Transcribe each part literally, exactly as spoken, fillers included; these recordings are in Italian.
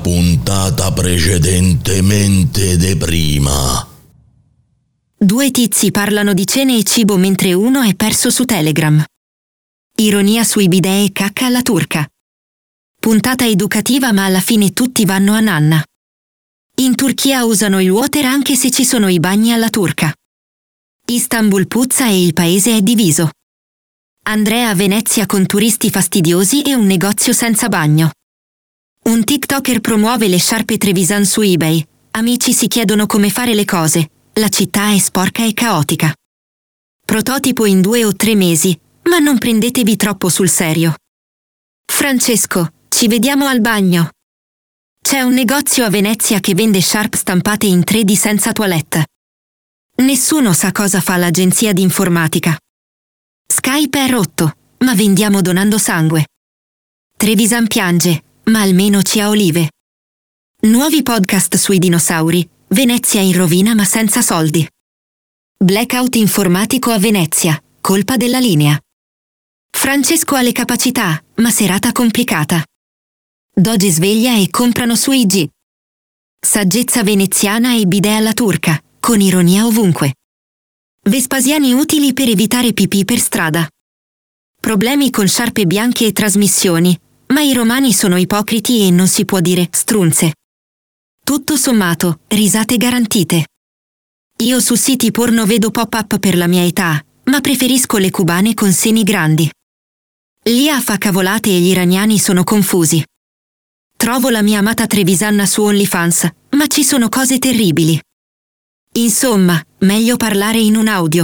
puntata precedentemente de prima. Due tizi parlano di cene e cibo mentre uno è perso su Telegram. Ironia sui bidet e cacca alla turca. Puntata educativa ma alla fine tutti vanno a nanna. In Turchia usano il water anche se ci sono i bagni alla turca. Istanbul puzza e il paese è diviso. Andrea a Venezia con turisti fastidiosi e un negozio senza bagno. Un TikToker promuove le sciarpe Trevisan su eBay. Amici si chiedono come fare le cose. La città è sporca e caotica. Prototipo in due o tre mesi, ma non prendetevi troppo sul serio. Francesco, ci vediamo al bagno. C'è un negozio a Venezia che vende sciarpe stampate in tre D senza toilette. Nessuno sa cosa fa l'agenzia di informatica. Skype è rotto, ma vendiamo donando sangue. Trevisan piange, ma almeno ci ha olive. Nuovi podcast sui dinosauri. Venezia in rovina ma senza soldi. Blackout informatico a Venezia, colpa della linea. Francesco ha le capacità, ma serata complicata. Doge sveglia e comprano su I G. Saggezza veneziana e bidet alla turca, con ironia ovunque. Vespasiani utili per evitare pipì per strada. Problemi con sciarpe bianche e trasmissioni, ma i romani sono ipocriti e non si può dire strunze. Tutto sommato, risate garantite. Io su siti porno vedo pop-up per la mia età, ma preferisco le cubane con seni grandi. L'I A fa cavolate e gli iraniani sono confusi. Trovo la mia amata Trevisanna su OnlyFans, ma ci sono cose terribili. Insomma, meglio parlare in un audio.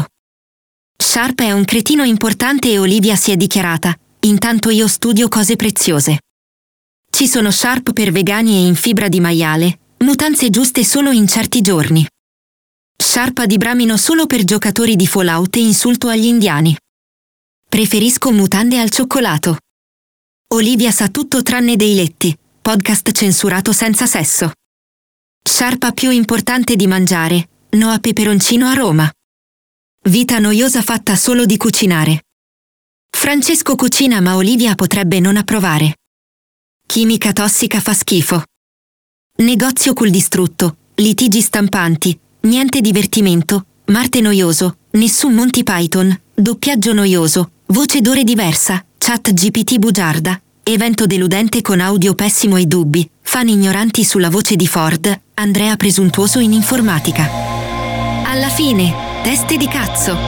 Sharp è un cretino importante e Olivia si è dichiarata, intanto io studio cose preziose. Ci sono Sharp per vegani e in fibra di maiale, mutanze giuste solo in certi giorni. Sciarpa di bramino solo per giocatori di Fallout e insulto agli indiani. Preferisco mutande al cioccolato. Olivia sa tutto tranne dei letti, podcast censurato senza sesso. Sciarpa più importante di mangiare, no a peperoncino a Roma. Vita noiosa fatta solo di cucinare. Francesco cucina ma Olivia potrebbe non approvare. Chimica tossica fa schifo. Negozio cul distrutto, litigi stampanti, niente divertimento, Marte noioso, nessun Monty Python, doppiaggio noioso, voce d'ore diversa, chat G P T bugiarda, evento deludente con audio pessimo e dubbi, fan ignoranti sulla voce di Ford, Andrea presuntuoso in informatica. Alla fine, teste di cazzo.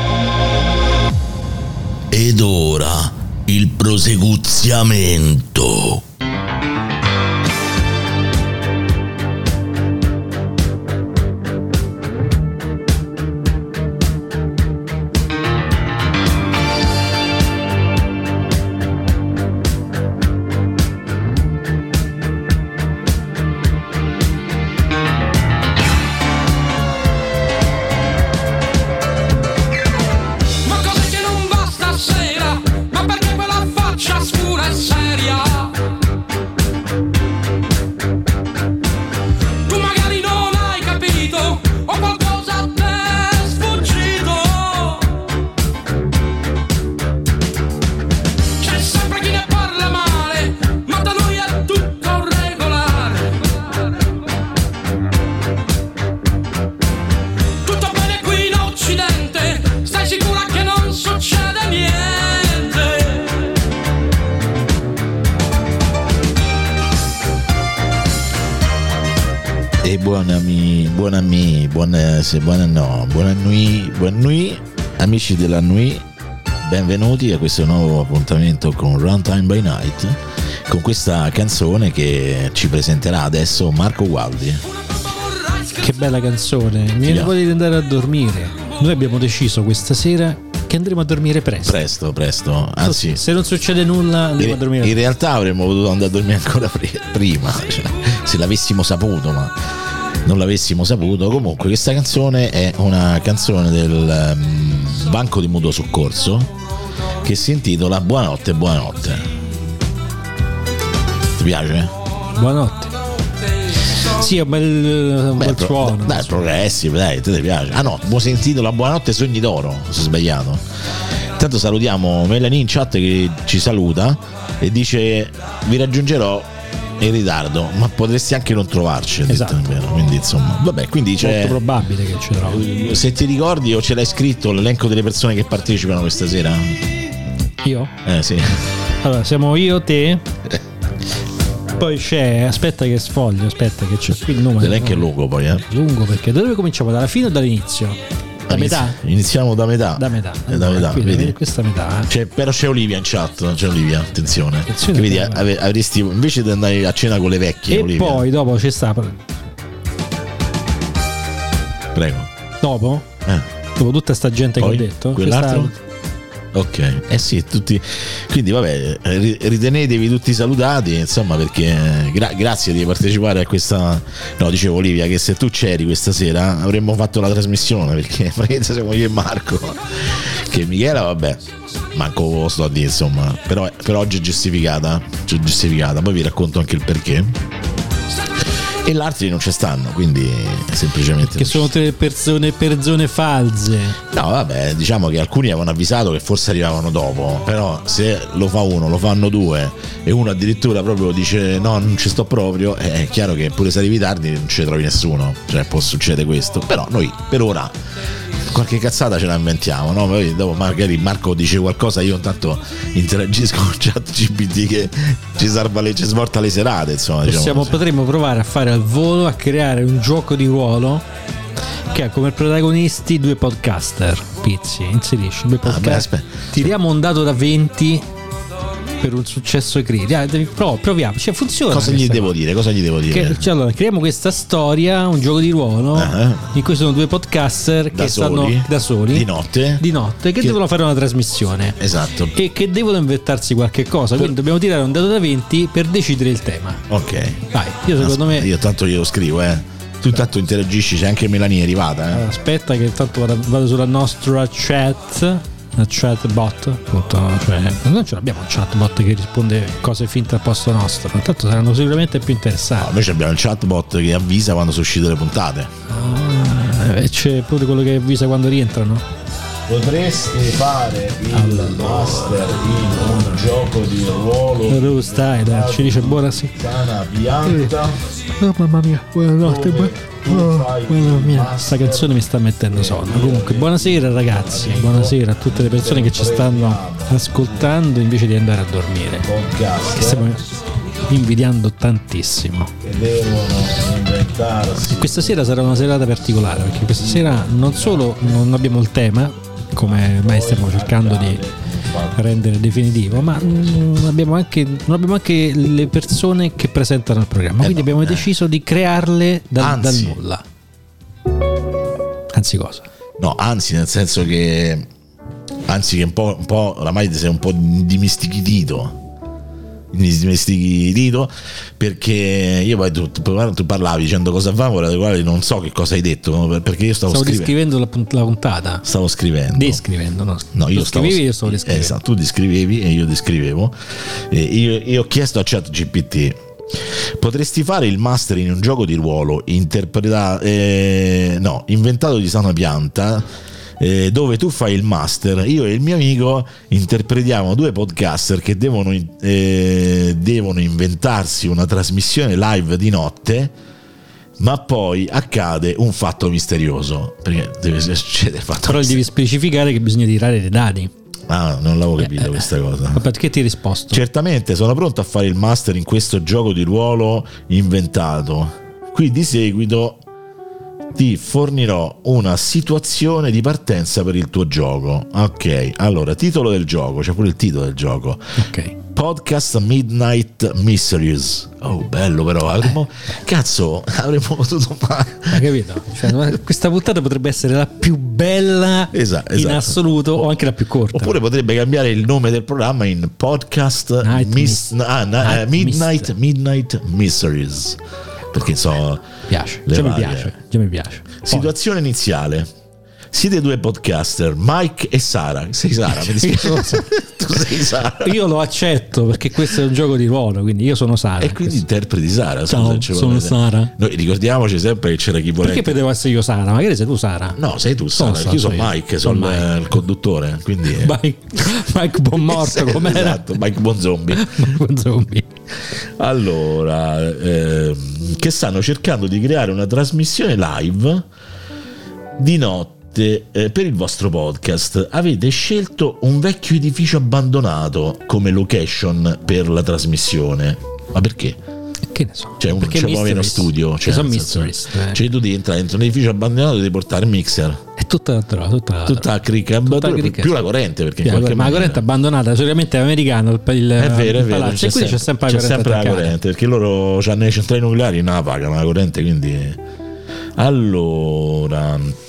Ed ora, il proseguziamento. Buonami, buona, buona no, buona nuit, buon nuit, amici della nuit, benvenuti a questo nuovo appuntamento con Runtime by Night, con questa canzone che ci presenterà adesso Marco Gualdi. Che bella canzone, mi viene voglia di andare a dormire. Noi abbiamo deciso questa sera che andremo a dormire presto. Presto, presto, anzi, se non succede nulla andiamo in, a dormire. In realtà avremmo potuto andare a dormire ancora prima, cioè, se l'avessimo saputo, ma non l'avessimo saputo. Comunque questa canzone è una canzone del um, Banco di Mutuo Soccorso che si intitola Buonanotte, buonanotte. Ti piace? Buonanotte. Sì, è un bel, un Beh, bel pro, suono. Dai, progressive, dai, te ti piace? Ah no, si intitola Buonanotte Sogni d'Oro, si è sbagliato. Intanto salutiamo Melanie in chat che ci saluta e dice: vi raggiungerò in ritardo, ma potresti anche non trovarci, esatto. detto vero. Quindi insomma, vabbè, quindi c'è molto probabile che ci trovi. Se ti ricordi o ce l'hai scritto l'elenco delle persone che partecipano questa sera? Io? Eh sì. Allora, siamo io, te. Poi c'è, aspetta che sfoglio, aspetta che c'è qui il numero. L'elenco è lungo poi, eh. Lungo perché da dove cominciamo? Dalla fine o dall'inizio? Da metà? Iniziamo da metà. Da metà. Eh, da metà, quindi, vedi? Questa metà. Eh. C'è, però c'è Olivia in chat, c'è Olivia, attenzione. Attenzione che vedi, come... ave- avresti invece di andare a cena con le vecchie, e Olivia. poi dopo c'è sta. Prego. Dopo? Eh. Dopo tutta sta gente Poi, che ho detto. quell'altro? Questa... Ok, eh sì, tutti. Quindi vabbè, ritenetevi tutti salutati, insomma, perché gra- grazie di partecipare a questa. No, dicevo Olivia che se tu c'eri questa sera avremmo fatto la trasmissione, perché praticamente siamo io e Marco. Che Michela, vabbè, manco sto a dire, insomma, però per oggi è giustificata, cioè giustificata, poi vi racconto anche il perché. E gli altri non ci stanno, quindi semplicemente che sono tre persone persone false. No, vabbè, diciamo che alcuni avevano avvisato che forse arrivavano dopo, però se lo fa uno, lo fanno due e uno addirittura proprio dice no, non ci sto proprio, è chiaro che pure se arrivi tardi non ci trovi nessuno, cioè può succedere questo, però noi per ora qualche cazzata ce la inventiamo, no? Poi dopo magari Marco dice qualcosa, io intanto interagisco con chat G P T che ci salva le, ci svolta le serate, insomma. Possiamo, diciamo potremmo provare a fare al volo, a creare un gioco di ruolo che ha come protagonisti due podcaster. Pizzi, inserisci due podcast, ah, beh, tiriamo un dato da venti per un successo critico. Proviamo, cioè funziona. Cosa gli devo cosa. dire? Cosa gli devo dire? Che, cioè, allora, creiamo questa storia, un gioco di ruolo uh-huh. in cui sono due podcaster da che soli, stanno da soli di notte, di notte che, che devono fare una trasmissione. Esatto. E che devono inventarsi qualche cosa. Quindi dobbiamo tirare un dato da venti per decidere il tema. Ok. Dai, io secondo Aspetta, me. Io tanto glielo scrivo, eh. Tu intanto interagisci, c'è anche Melania arrivata, eh. Allora, aspetta che intanto vado, vado sulla nostra chat. La chatbot, appunto, cioè non ce l'abbiamo un chatbot che risponde cose finte al posto nostro, intanto saranno sicuramente più interessanti. No, noi abbiamo il chatbot che avvisa quando sono uscite le puntate. Ah, e c'è pure quello che avvisa quando rientrano. Potresti fare il allora. master in un gioco di ruolo. Dove stai? Dai, ci dice buonasera. Sana pianta. Oh mamma mia, buonanotte. Bu- oh, mamma mia, sta canzone mi sta mettendo sonno. Comunque, buonasera ragazzi, buonasera a tutte le persone che ci stanno ascoltando invece di andare a dormire. Che stiamo invidiando tantissimo. Che devono inventarsi. Questa sera sarà una serata particolare perché questa sera non solo non abbiamo il tema, come ormai stiamo cercando di rendere definitivo, ma non abbiamo anche, non abbiamo anche le persone che presentano il programma, quindi eh no, abbiamo eh. deciso di crearle dal, dal nulla. Anzi cosa? No, anzi nel senso che anzi che un po', un po' oramai ti sei un po' dimestichito dimestichito perché io poi tu, tu parlavi dicendo cosa fa, ora quale non so che cosa hai detto, perché io stavo, stavo scrivendo descrivendo la, punt- la puntata stavo scrivendo descrivendo no, no io tu stavo scrivevi io stavo descrivendo esatto, tu descrivevi e io descrivevo e io, io ho chiesto a chat G P T: potresti fare il master in un gioco di ruolo interpretato eh, no inventato di sana pianta, Eh, dove tu fai il master, io e il mio amico interpretiamo due podcaster che devono, eh, devono inventarsi una trasmissione live di notte, ma poi accade un fatto misterioso, perché deve succedere il fatto però devi specificare che bisogna tirare dei dadi. Ah, non l'avevo capito eh, questa cosa. Ma perché ti hai risposto? Certamente sono pronto a fare il master in questo gioco di ruolo inventato. Qui di seguito ti fornirò una situazione di partenza per il tuo gioco. Ok, allora, titolo del gioco, c'è pure il titolo del gioco. Ok. Podcast Midnight Mysteries. Oh, bello però, avremmo, cazzo, avremmo potuto fare. Hai capito? Cioè, questa puntata potrebbe essere la più bella esatto, in esatto. assoluto o anche la più corta. Oppure potrebbe cambiare il nome del programma in Podcast Night Mis- Mist- ah, na- Night Midnight Mist- Midnight Mysteries. Perché so piace, le già mi varie. piace, già mi piace. Situazione iniziale. Siete due podcaster, Mike e Sara. Sei Sara, mi dispiace. Tu sei Sara. Io lo accetto perché questo è un gioco di ruolo, quindi io sono Sara. E quindi interpreti Sara. Ciao, scusa, sono Sara. Noi ricordiamoci sempre che c'era chi voleva. Perché potevo essere io Sara? Magari sei tu Sara. No, sei tu Sara, so, io sono so io. Mike, Sono sono Mike. il conduttore, quindi Mike, Mike Buon Morto, com'era? Esatto, Mike Buon Zombie. Buon Zombie. Allora, eh, che stanno cercando di creare una trasmissione live di notte eh, per il vostro podcast. Avete scelto un vecchio edificio abbandonato come location per la trasmissione. Ma perché? Che ne so. Cioè, un, c'è proprio uno studio. Cioè, sono senso, mysteries, eh. cioè, tu devi entrare dentro un edificio abbandonato e devi portare il mixer. È tutta tutta tutta, tutta la cricca, tutta più, cricca, più sì. la corrente, perché Sì, in qualche ma la maniera... corrente abbandonata, solitamente è americano il, il, è vero, è vero, palazzo, e quindi c'è sempre, c'è la corrente, sempre la corrente, perché loro hanno le centrali nucleari, non la pagano la corrente, quindi allora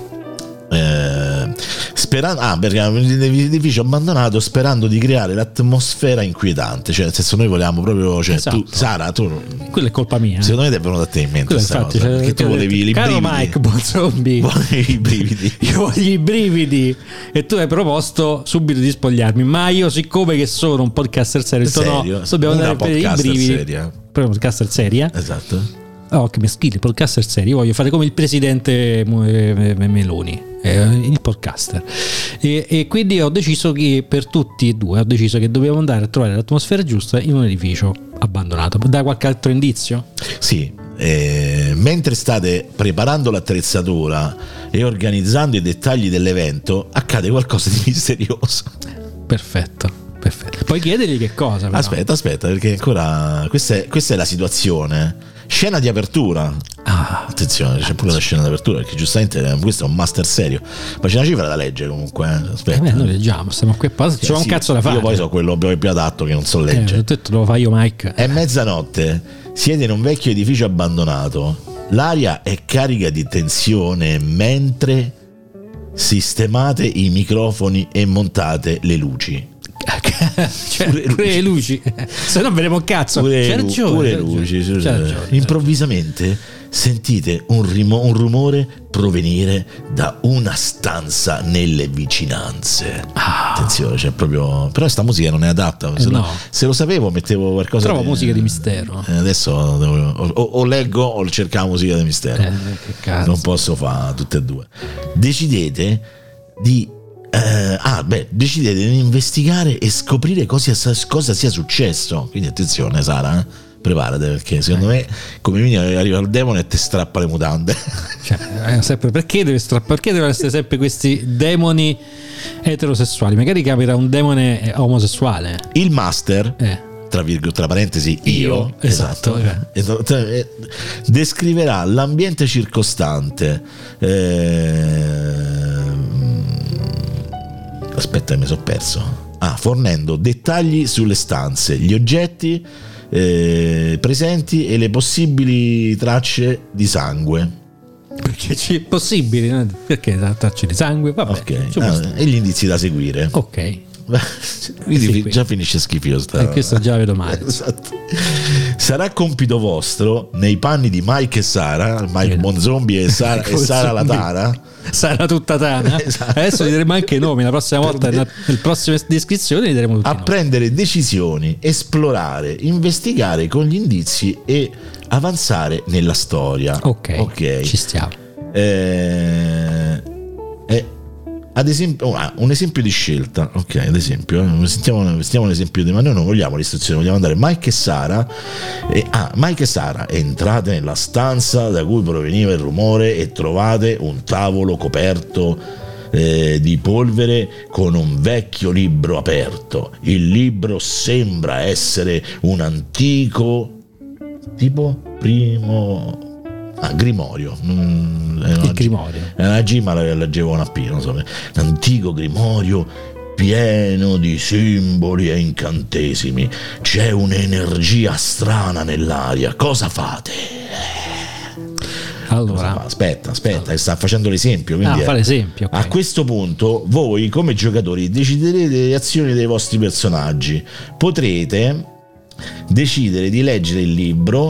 eh, sperando ah perché è un edificio abbandonato, sperando di creare l'atmosfera inquietante, cioè nel senso noi volevamo proprio, cioè esatto. tu Sara, tu quella è colpa mia, secondo me ti è venuto a te in mente questa infatti, cosa, cioè, perché tu volevi i caro brividi. Mike Bonzombi, volevi i brividi. Io voglio i brividi e tu hai proposto subito di spogliarmi, ma io siccome che sono un podcaster serio, serio? no, dobbiamo Una andare per i brividi seria. per un podcaster seria, Esatto. Oh, che meschile, podcaster serio. Voglio fare come il presidente Meloni, eh, il podcaster. E, e quindi ho deciso che per tutti e due ho deciso che dobbiamo andare a trovare l'atmosfera giusta in un edificio abbandonato. Da qualche altro indizio? Sì, eh, mentre state preparando l'attrezzatura e organizzando i dettagli dell'evento, accade qualcosa di misterioso. Perfetto. Perfetto. Puoi chiedergli che cosa? Però. Aspetta, aspetta, perché ancora questa è, questa è la situazione. Scena di apertura. Ah, attenzione, c'è pure la scena di apertura, perché giustamente questo è un master serio. Ma c'è una cifra da leggere comunque. Eh. Aspetta. Eh beh, noi leggiamo, stiamo qui a pausa, c'è Eh, un sì, cazzo da fare. Io poi so quello più adatto che non so Eh, leggere. ho detto, lo fai io, Mike. È mezzanotte, siete in un vecchio edificio abbandonato. L'aria è carica di tensione mentre sistemate i microfoni e montate le luci. Cioè, pure, pure le luci, se no vedremo un cazzo. Pure, c'è ragione, pure c'è luci. ragione, c'è ragione. Improvvisamente sentite un, rimo, un rumore provenire da una stanza nelle vicinanze. Ah. Attenzione, c'è proprio. Però sta musica non è adatta. Se, Eh lo, no. se lo sapevo, mettevo qualcosa. Trovo di, musica di mistero. Eh, adesso devo, o, o leggo o cercavo musica di mistero. Eh, che cazzo. Non posso fare tutte e due. Decidete di. Uh, ah, beh, decidete di investigare e scoprire cosa, cosa sia successo. Quindi attenzione, Sara, eh? Preparate, perché secondo me, come minimo, arriva il demone e ti strappa le mutande. Cioè, eh, sempre, perché deve strappare? Perché devono essere sempre questi demoni eterosessuali? Magari capita un demone omosessuale. Il master, Eh. tra virgolette, tra parentesi, io, Io, esatto, esatto, eh, descriverà l'ambiente circostante. Eh, aspetta, mi sono perso. Ah, fornendo dettagli sulle stanze, gli oggetti eh, presenti e le possibili tracce di sangue. Perché è possibile? Perché tracce di sangue? Vabbè, Ok, ci può ah, stare. e gli indizi da seguire. Ok. Quindi sì, fi- qui. già finisce schifioso. sta- E questo già vedo male. Esatto. Sarà compito vostro, nei panni di Mike e Sara, Mike Bonzombie e Sara, e Sara la Tara. Sarà tutta tana. Esatto. Adesso gli daremo anche i nomi. La prossima volta, nella nel prossime descrizioni, gli daremo tutti A i nomi. prendere decisioni, esplorare, investigare con gli indizi e avanzare nella storia. Ok, Ok. ci stiamo. Eh, eh, ad esempio, oh, ah, un esempio di scelta. Ok, ad esempio, eh, sentiamo, sentiamo un esempio di. Ma noi non vogliamo le istruzioni, vogliamo andare. Mike e Sara. E, ah, Mike e Sara, entrate nella stanza da cui proveniva il rumore e trovate un tavolo coperto eh, di polvere con un vecchio libro aperto. Il libro sembra essere un antico tipo primo. Ah, Grimorio. Mm, è una Il Grimorio. G, è una G, ma la leggevo una P, non so. Un antico Grimorio pieno di simboli e incantesimi. C'è un'energia strana nell'aria. Cosa fate? Allora, Cosa fa? Aspetta, aspetta, sta facendo l'esempio. ah, Quindi fa è- l'esempio. ok. a questo punto voi come giocatori deciderete le azioni dei vostri personaggi. Potrete decidere di leggere il libro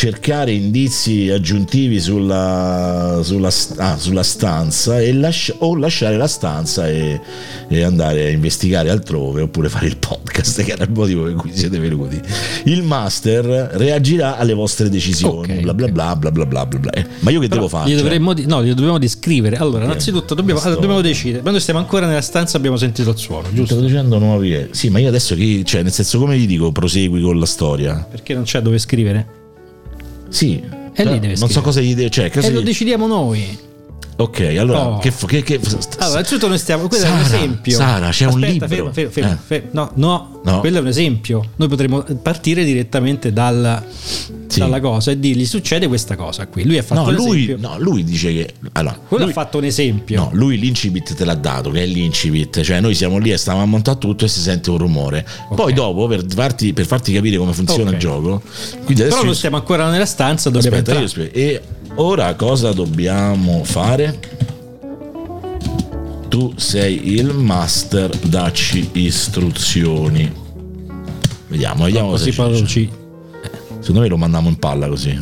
cercare indizi aggiuntivi sulla, sulla, ah, sulla stanza e lascia, o lasciare la stanza e, e andare a investigare altrove, oppure fare il podcast, che era il motivo per cui siete venuti. Il master reagirà alle vostre decisioni, okay, bla, bla, okay. bla bla bla bla bla bla. Eh, ma io che Però devo fare? Gli dovremmo di, no, gli dobbiamo descrivere. Allora, okay. innanzitutto dobbiamo, allora, dobbiamo decidere. Quando stiamo ancora nella stanza abbiamo sentito il suono, giusto? Sto dicendo nuovi. Sì, ma io adesso chi, cioè, nel senso, come gli dico, prosegui con la storia? Perché non c'è dove scrivere? Sì. E lì deve non so cosa gli deve, cioè, cosa e gli... lo decidiamo noi. Ok, allora oh. che, che, che... Allora, innanzitutto noi stiamo. Questo Sara, è un esempio. Sara, c'è Aspetta, un libro. Fermo, fermo, fermo, eh. fermo. No, no, no, quello è un esempio. Noi potremmo partire direttamente dalla, sì. dalla cosa e dirgli succede questa cosa qui. Lui ha fatto no, un lui, esempio. No, lui dice che allora, quello lui, ha fatto un esempio. No, lui l'incipit te l'ha dato, che è l'incipit, cioè noi siamo lì e stavamo a montare tutto e si sente un rumore. Okay. Poi dopo per farti, per farti capire come funziona okay. il gioco. Quindi adesso però non stiamo ancora nella stanza, dobbiamo aspetta, entrare. Io e ora cosa dobbiamo fare? Tu sei il master, dacci istruzioni. Vediamo, vediamo no, cosa così ci ci... Secondo me lo mandiamo in palla così.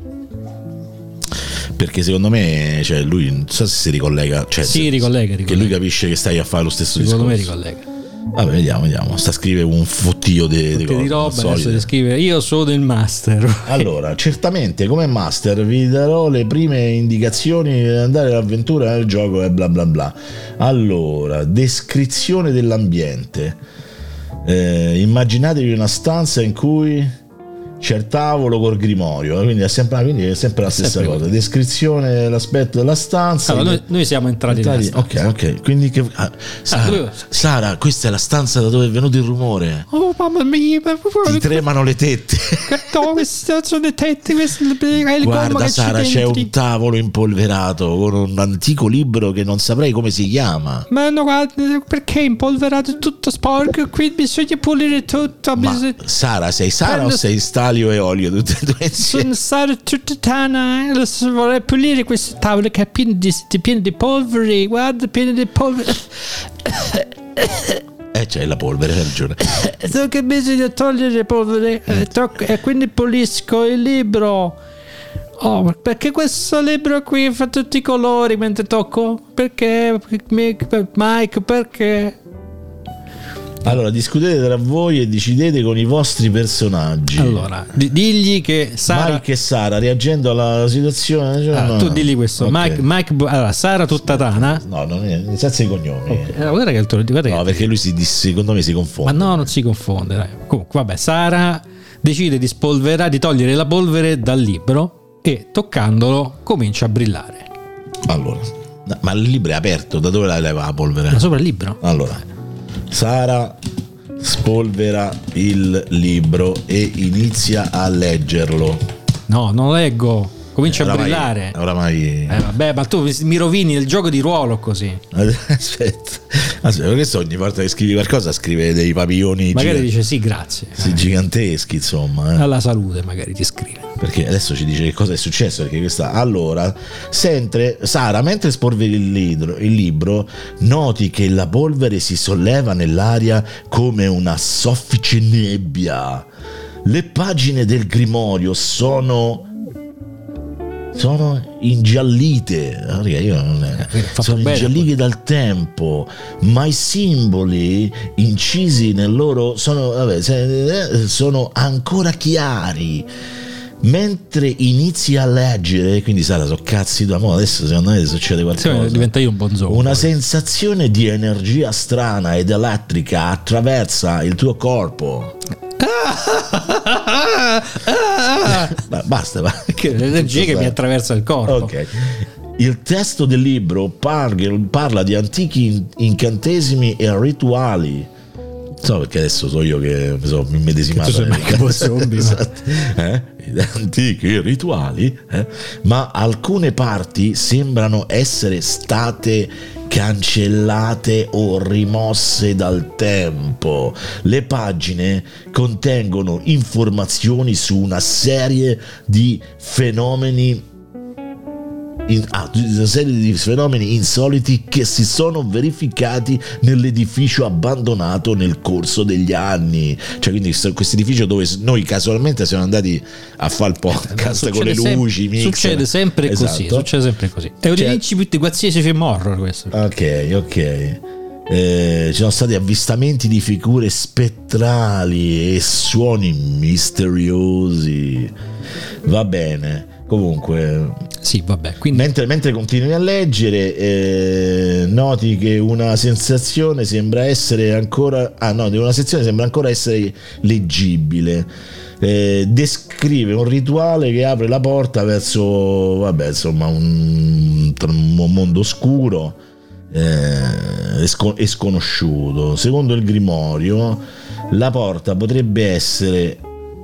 Perché secondo me, cioè, lui non so se si ricollega, cioè, sì, se, ricollega, ricollega. Che lui capisce che stai a fare lo stesso secondo discorso. Secondo me ricollega. Vabbè, vediamo, vediamo. Sta a scrivere un fottio di, di, di roba, adesso di scrivere io sono il master. Allora, certamente come master vi darò le prime indicazioni per andare all'avventura nel gioco e bla bla bla. Allora, descrizione dell'ambiente. Eh, immaginatevi una stanza in cui c'è il tavolo col grimorio, quindi è sempre, quindi è sempre la stessa sempre cosa. Quello. Descrizione dell'aspetto della stanza. Allora, noi, noi siamo entrati, entrati nella stanza. Ok, ok. Quindi che, ah, Sara, ah, Sara, questa è la stanza da dove è venuto il rumore. Oh mamma mia, ti tremano le tette. No, queste sono le tette, questo è il guarda Sara, c'è un tavolo impolverato con un antico libro che non saprei come si chiama. Ma no, guarda, perché è impolverato, tutto sporco, qui bisogna pulire tutto. Ma bisogna... Sara, sei Sara Quando... o sei Stalio e olio tutte e due insieme? Sono Sara tutta tana, eh? Vorrei pulire questo tavolo che è pieno di, pieno di polveri, guarda, pieno di polveri. Eh, c'è la polvere, hai ragione. So che bisogna togliere le polveri eh, tocco, e quindi pulisco il libro. Oh, perché questo libro qui fa tutti i colori mentre tocco? Perché? Mike, perché? Allora, discutete tra voi e decidete con i vostri personaggi. Allora, di- digli che Sara... Mike e Sara, reagendo alla situazione... Cioè, ah, no, tu digli questo. Okay. Mike, Mike, allora, Sara tutta tana? No, non è, senza i cognomi. Okay. Allora, guarda che il tuo, guarda no, che... perché lui si, secondo me si confonde. Ma no, non si confonde. Dai. Comunque, vabbè, Sara decide di spolverare, di togliere la polvere dal libro e toccandolo comincia a brillare. Allora, no, ma il libro è aperto, da dove la leva la polvere? Ma sopra il libro? Allora... Sara spolvera il libro e inizia a leggerlo. No, non leggo. Comincia oramai, a brillare. Oramai. Eh, vabbè, ma tu mi rovini il gioco di ruolo così. Aspetta, aspetta, perché ogni volta che scrivi qualcosa scrive dei papilloni. Magari gigant- dice sì, grazie. Sì, eh. giganteschi, insomma. Eh. Alla salute, magari ti scrive. Perché adesso ci dice che cosa è successo. Perché questa. Allora, sempre, Sara, mentre spolveri il libro, il libro, noti che la polvere si solleva nell'aria come una soffice nebbia. Le pagine del grimorio sono. Sono ingiallite, io non è, sono ingiallite dal tempo, ma i simboli incisi nel loro sono, vabbè, sono ancora chiari. Mentre inizi a leggere, quindi Sara, so cazzi d'amore, adesso secondo me succede qualcosa. Sì, diventa io un bonzone. Una sensazione di energia strana ed elettrica attraversa il tuo corpo. Ma basta, ma che l'energia che mi attraversa il corpo. Ok. Il testo del libro parla di antichi incantesimi e rituali. So perché adesso so io che mi sono immedesimato. Tu sei Michael Zombie, esatto. eh? Antichi rituali, eh? Ma alcune parti sembrano essere state cancellate o rimosse dal tempo. Le pagine contengono informazioni su una serie di fenomeni In, ah, una serie di fenomeni insoliti che si sono verificati nell'edificio abbandonato nel corso degli anni. Cioè, quindi questo edificio dove noi casualmente siamo andati a fare il podcast con le luci, sem- succede sempre esatto. così, succede sempre così. È un incipit di qualsiasi film horror questo. Ok, ok. Eh, ci sono stati avvistamenti di figure spettrali e suoni misteriosi. Va bene. Comunque, sì, vabbè. Quindi... Mentre, mentre continui a leggere, eh, noti che una sensazione sembra essere ancora. Ah, no, una sezione sembra ancora essere leggibile. Eh, descrive un rituale che apre la porta verso, vabbè, insomma, un, un mondo oscuro eh, e, scon- e sconosciuto. Secondo il grimorio, la porta potrebbe essere.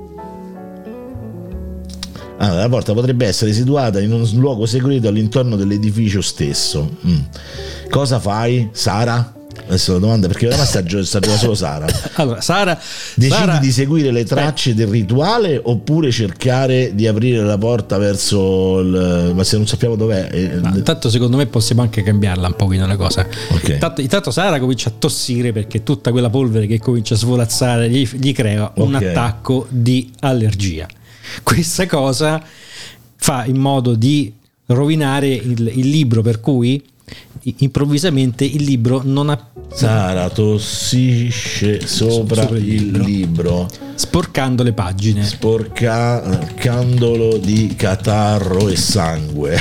Ah, la porta potrebbe essere situata in un luogo segreto all'interno dell'edificio stesso. Mm. Cosa fai, Sara? Adesso la domanda, perché ormai sta, sta già solo Sara. Allora, Sara decidi Sara... di seguire le tracce eh. del rituale oppure cercare di aprire la porta verso il... ma se non sappiamo dov'è. Ma intanto secondo me possiamo anche cambiarla un pochino la cosa. Okay. Intanto, intanto Sara comincia a tossire perché tutta quella polvere che comincia a svolazzare gli, gli crea un okay. attacco di allergia. Questa cosa fa in modo di rovinare il, il libro, per cui improvvisamente il libro non ha. Sara tossisce sopra, sopra il, il libro. libro sporcando le pagine, sporcandolo di catarro e sangue.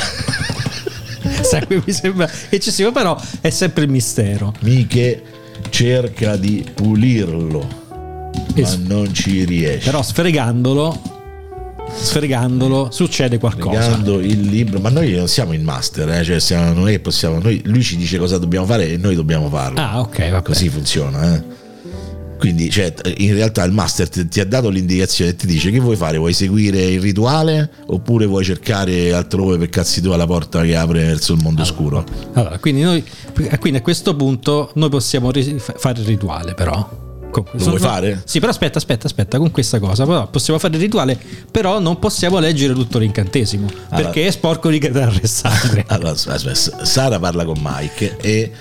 Sangue mi sembra eccessivo, però è sempre il mistero. Miche cerca di pulirlo, ma es- non ci riesce. Però sfregandolo sfregandolo succede qualcosa. Sfregando il libro, ma noi non siamo il master, eh? Cioè siamo, non è che possiamo, noi, lui ci dice cosa dobbiamo fare e noi dobbiamo farlo. Ah, ok, va così funziona, eh? Quindi, cioè, in realtà il master ti, ti ha dato l'indicazione e ti dice che vuoi fare, vuoi seguire il rituale oppure vuoi cercare altrove per cazzi tua la porta che apre verso il mondo allora, oscuro. Allora, quindi noi quindi a questo punto noi possiamo fare il rituale, però. Lo vuoi fare? Sì, però aspetta, aspetta, aspetta, con questa cosa però possiamo fare il rituale, però non possiamo leggere tutto l'incantesimo, allora, perché è sporco di catarro e sangue. Allora, aspetta, Sara parla con Mike e,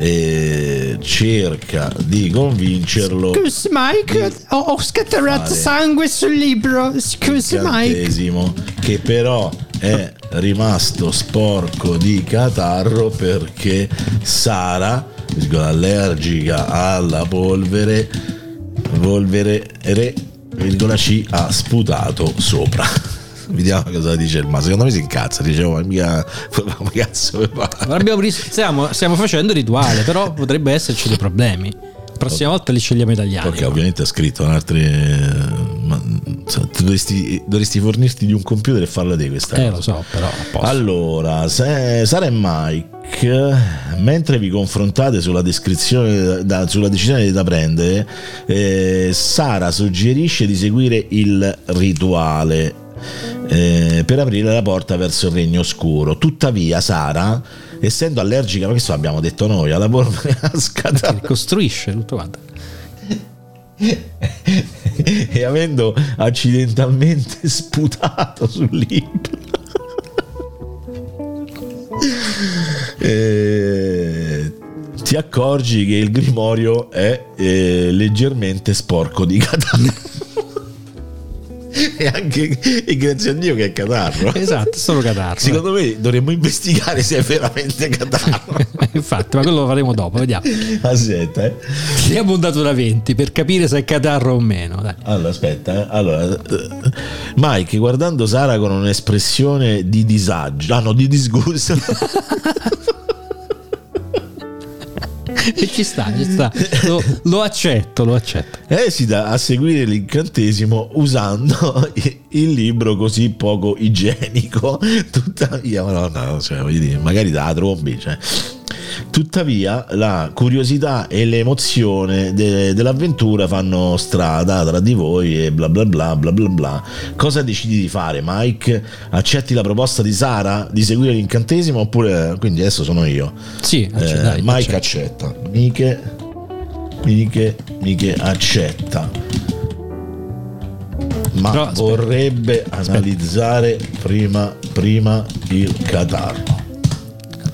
e cerca di convincerlo. Scusi Mike, ho, ho scatterato sangue sul libro. Scusi Mike. Che però è rimasto sporco di catarro perché Sara, allergica alla polvere, polvere re, virgola C, ha sputato sopra. Vediamo cosa dice il ma. Secondo me si incazza, dicevo, ma mica come cazzo abbiamo, stiamo, stiamo facendo rituale, però potrebbe esserci dei problemi. La prossima okay. volta li scegliamo italiani. Ok, ovviamente ha scritto altre. Ma, dovresti, dovresti fornirti di un computer e farla te questa eh cosa. Lo so, però posso. Allora, se, Sara e Mike, mentre vi confrontate sulla descrizione da, sulla decisione da prendere, eh, Sara suggerisce di seguire il rituale eh, per aprire la porta verso il regno oscuro. Tuttavia Sara, essendo allergica, ma questo abbiamo detto noi, alla polvere a scattare, costruisce tutto quanto, e avendo accidentalmente sputato sul libro, eh, ti accorgi che il grimorio è eh, leggermente sporco di catarro. E anche, e grazie a Dio che è catarro. Esatto, solo catarro. Secondo me dovremmo investigare se è veramente catarro. Infatti, ma quello lo faremo dopo, vediamo. Aspetta, eh. Diamo un dato da venti per capire se è catarro o meno, dai. Allora, aspetta, eh. Allora, Mike, guardando Sara con un'espressione di disagio, ah no, di disgusto. E ci sta, ci sta. Lo, lo accetto, lo accetto. Esita a seguire l'incantesimo usando il libro così poco igienico. Tuttavia, no, no, cioè, voglio dire, magari da trombi, cioè. Tuttavia la curiosità e l'emozione de- dell'avventura fanno strada tra di voi e bla bla bla bla bla bla. Cosa decidi di fare, Mike? Accetti la proposta di Sara di seguire l'incantesimo oppure, quindi adesso sono io? Sì, eh, dai, Mike accetta. accetta. Miche Miche Miche accetta. Ma Però, vorrebbe aspetta. analizzare prima prima il catarro.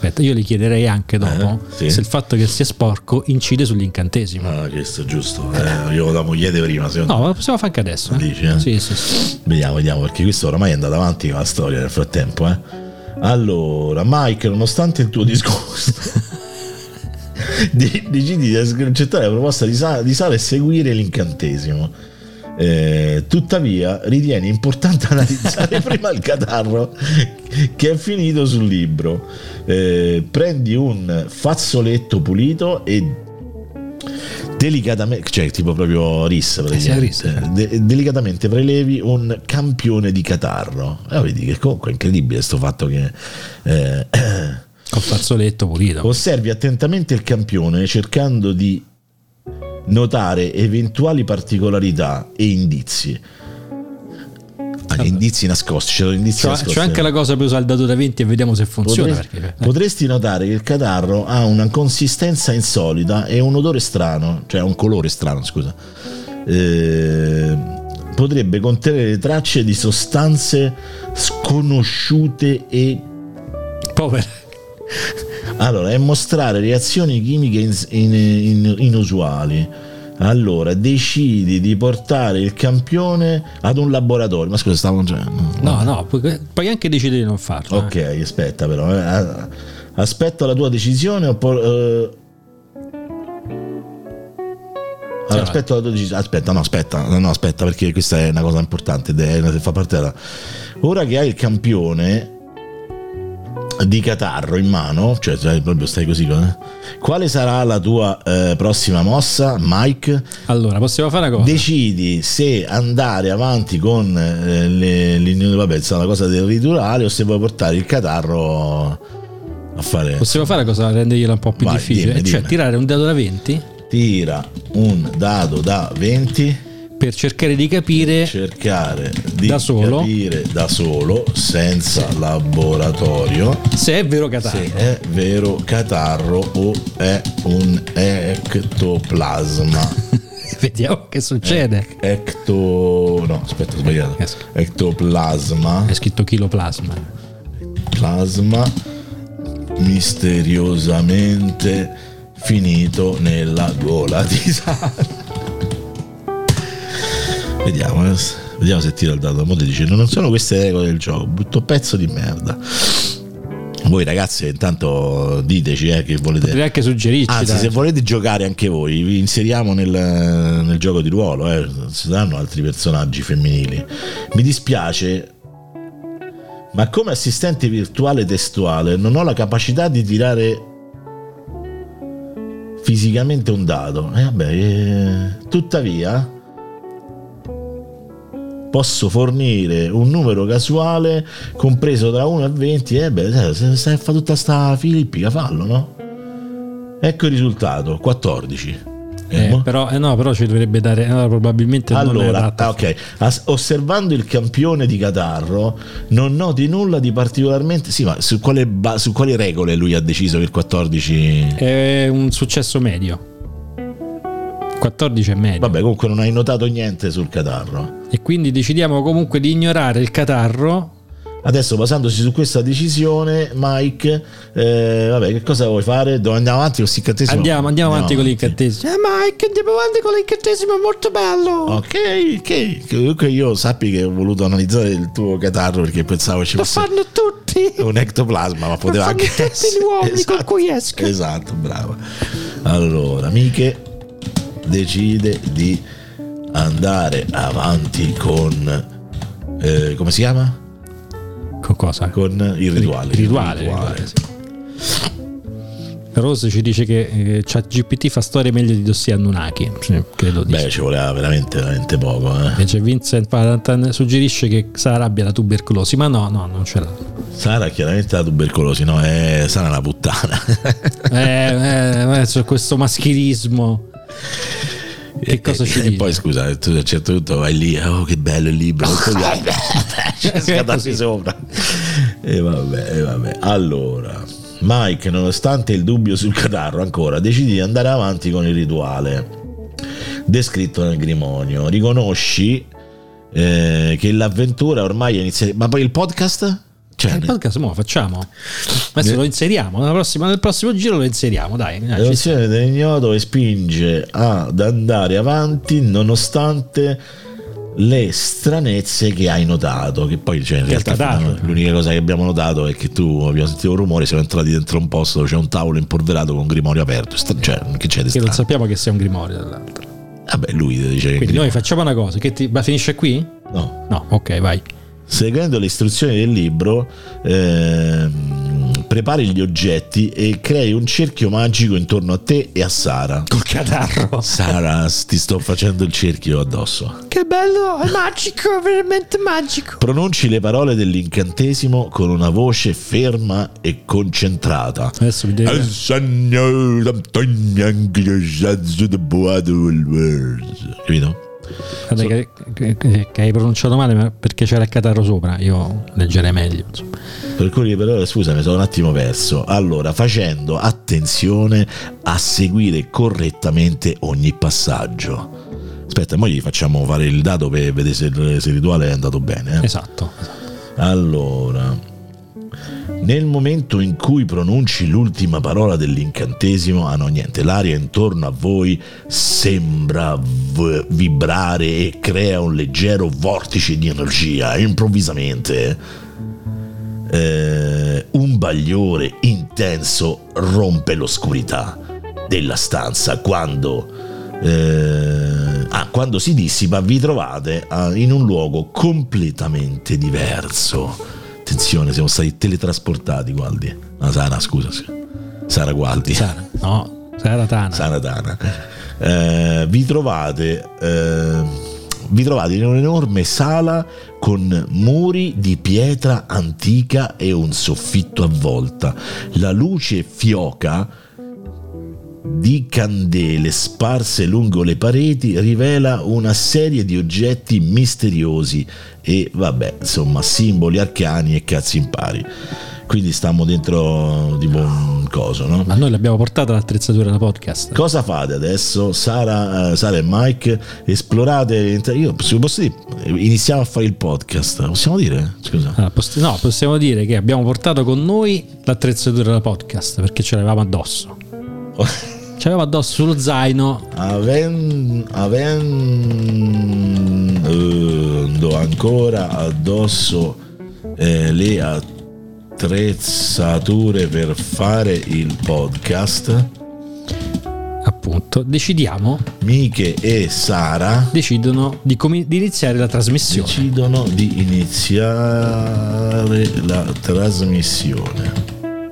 aspetta, io le chiederei anche dopo Eh, sì. se il fatto che sia sporco incide sugli incantesimi. Ah, questo è giusto. Eh, io la chiede prima, secondo No, ma lo possiamo fare anche adesso. Eh? Dici, eh? Sì, sì, sì. Vediamo, vediamo, perché questo oramai è andato avanti con la storia nel frattempo. Eh. Allora, Mike, nonostante il tuo discorso, decidi di accettare la proposta di Sara, di Sara e seguire l'incantesimo. Eh, tuttavia, ritieni importante analizzare prima il catarro che è finito sul libro. Eh, prendi un fazzoletto pulito e delicatamente, cioè tipo proprio ris, praticamente, de- delicatamente prelevi un campione di catarro. Eh, vedi che comunque è incredibile sto fatto che eh, Col fazzoletto pulito. osservi attentamente il campione cercando di notare eventuali particolarità e indizi. Ah, gli indizi nascosti, c'è, indizi C'è, nascosti. c'è anche la cosa per usare il dado da venti e vediamo se funziona. Potresti, perché, eh. potresti notare che il catarro ha una consistenza insolita e un odore strano, cioè un colore strano, scusa. Eh, potrebbe contenere tracce di sostanze sconosciute e Povera. allora e mostrare reazioni chimiche in- in- in- inusuali. Allora decidi di portare il campione ad un laboratorio. Ma scusa, stavo cioè, No, no, puoi, puoi anche decidere di non farlo. ok, aspetta però eh. Aspetto la tua decisione oppure eh... allora, aspetto la tua decisione. Aspetta, no, aspetta, no, aspetta, perché questa è una cosa importante ed è, fa parte della... Ora che hai il campione di catarro in mano, cioè, cioè proprio stai così, eh? Quale sarà la tua eh, prossima mossa, Mike? Allora, possiamo fare una cosa. Decidi se andare avanti con eh, le, le vabbè, insomma, la cosa del rituale o se vuoi portare il catarro a fare. Possiamo fare una cosa, rendergliela un po' più Vai, difficile, dimmi, cioè dimmi. tirare un dado da venti Tira un dado da venti per cercare di capire cercare di Da solo? capire da solo senza laboratorio se è vero catarro. se è vero catarro o è un ectoplasma. Vediamo che succede. Ecto no, aspetta, ho sbagliato. Yes. Ectoplasma. È scritto chiloplasma. Plasma misteriosamente finito nella gola di Sara. Vediamo, eh. Vediamo se tira il dado. Mo ti dice, non sono queste le regole del gioco, brutto pezzo di merda. Voi ragazzi intanto diteci eh, che volete. Potrei anche suggerirci. Anzi, dai. se volete giocare anche voi, vi inseriamo nel, nel gioco di ruolo, eh. Si danno altri personaggi femminili. Mi dispiace, ma come assistente virtuale testuale non ho la capacità di tirare fisicamente un dado. Eh, vabbè, eh, tuttavia posso fornire un numero casuale compreso tra uno e venti. Eh beh, se stai a fare tutta sta filippica, fallo, no? Ecco il risultato, quattordici. Eh, mo? però, eh no, però ci dovrebbe dare. Allora, probabilmente non è Allora, adatto. ah, ok. As- osservando il campione di catarro, non noti nulla di particolarmente. Sì, ma su quale, ba- su quali regole lui ha deciso che il quattordici. È un successo medio. quattordici è medio. Vabbè, comunque non hai notato niente sul catarro. E quindi decidiamo comunque di ignorare il catarro. Adesso, basandosi su questa decisione, Mike, eh, vabbè, che cosa vuoi fare? Dove andiamo avanti con questo incantesimo? Andiamo, andiamo avanti con avanti. l'incantesimo. Eh, Mike, andiamo avanti con l'incantesimo, è molto bello. Ok, ok. Comunque io sappi che ho voluto analizzare il tuo catarro perché pensavo ci Lo fosse fanno tutti. un ectoplasma, ma poteva fanno anche tutti essere gli uomini con cui esco. Esatto, bravo. Allora, Miche decide di andare avanti con eh, come si chiama? Con cosa? Con il rituale. Il rituale, Il rituale. il rituale, sì. Rose ci dice che eh, ChatGPT fa storie meglio di Dossier Anunnaki. Sì, credo di Beh, sì. ci voleva veramente, veramente poco. Eh. Invece Vincent Valentine suggerisce che Sara abbia la tubercolosi, ma no, no, non ce l'ha. Sara chiaramente la tubercolosi, no? È Sara una puttana. Eh, eh, c'è questo maschilismo. Che cosa ci e dice? poi scusa, tu a un certo punto vai lì, oh che bello il libro, ci scattati sopra. E vabbè, e vabbè. Allora, Mike, nonostante il dubbio sul catarro ancora, decidi di andare avanti con il rituale descritto nel grimonio. Riconosci eh, che l'avventura ormai è iniziata. Ma poi il podcast? Cioè, il podcast mo lo facciamo. Adesso lo inseriamo. Nella prossima, nel prossimo giro lo inseriamo. Dai, dai, l'evoluzione dell'ignoto vi spinge ad andare avanti nonostante le stranezze che hai notato. Che poi, cioè, in realtà catarro. l'unica cosa che abbiamo notato è che tu abbiamo sentito un rumore, siamo entrati dentro un posto dove c'è un tavolo impolverato con un grimorio aperto. Sta- cioè, che c'è di che non strano? sappiamo che sia un grimorio dall'altro. Vabbè, lui dice che Quindi noi facciamo una cosa. Che ti, ma finisce qui? no. No, ok, vai. Seguendo le istruzioni del libro, ehm, prepari gli oggetti e crei un cerchio magico intorno a te e a Sara. Col catarro. Sara, ti sto facendo il cerchio addosso. Che bello, è magico, veramente magico. Pronunci le parole dell'incantesimo con una voce ferma e concentrata. Adesso mi devi... Capito? Guarda che, che, che hai pronunciato male, ma perché c'era il catarro sopra. Io leggerei meglio, insomma. Per cui però, scusami, sono un attimo perso. Allora, facendo attenzione a seguire correttamente ogni passaggio. Aspetta, mo gli facciamo fare il dato per vedere se il, se il rituale è andato bene. Eh? Esatto, esatto. Allora, nel momento in cui pronunci l'ultima parola dell'incantesimo, ah no niente, l'aria intorno a voi sembra v- vibrare e crea un leggero vortice di energia. Improvvisamente eh, un bagliore intenso rompe l'oscurità della stanza. Quando eh, ah, quando si dissipa vi trovate ah, in un luogo completamente diverso. Attenzione, siamo stati teletrasportati, Gualdi. No, Sara, scusa. Sara Gualdi. Sara, no, Sara Tana. Sara Tana. Eh, vi trovate eh, vi trovate in un'enorme sala con muri di pietra antica e un soffitto a volta. La luce fioca di candele sparse lungo le pareti rivela una serie di oggetti misteriosi e vabbè, insomma, simboli arcani e cazzi impari. Quindi stiamo dentro tipo un coso, no? Ma noi l'abbiamo portata l'attrezzatura da podcast. Cosa fate adesso? Sara, Sara e Mike, esplorate. Io se posso dire, iniziamo a fare il podcast. Possiamo dire? Scusa. Ah, poss- no, possiamo dire che abbiamo portato con noi l'attrezzatura da podcast perché ce l'avevamo addosso. Ce l'avevamo addosso sullo zaino. Aven, avendo ancora addosso eh, le attrezzature per fare il podcast, Appunto, decidiamo Miche e Sara decidono di, com- di iniziare la trasmissione. decidono di iniziare la trasmissione.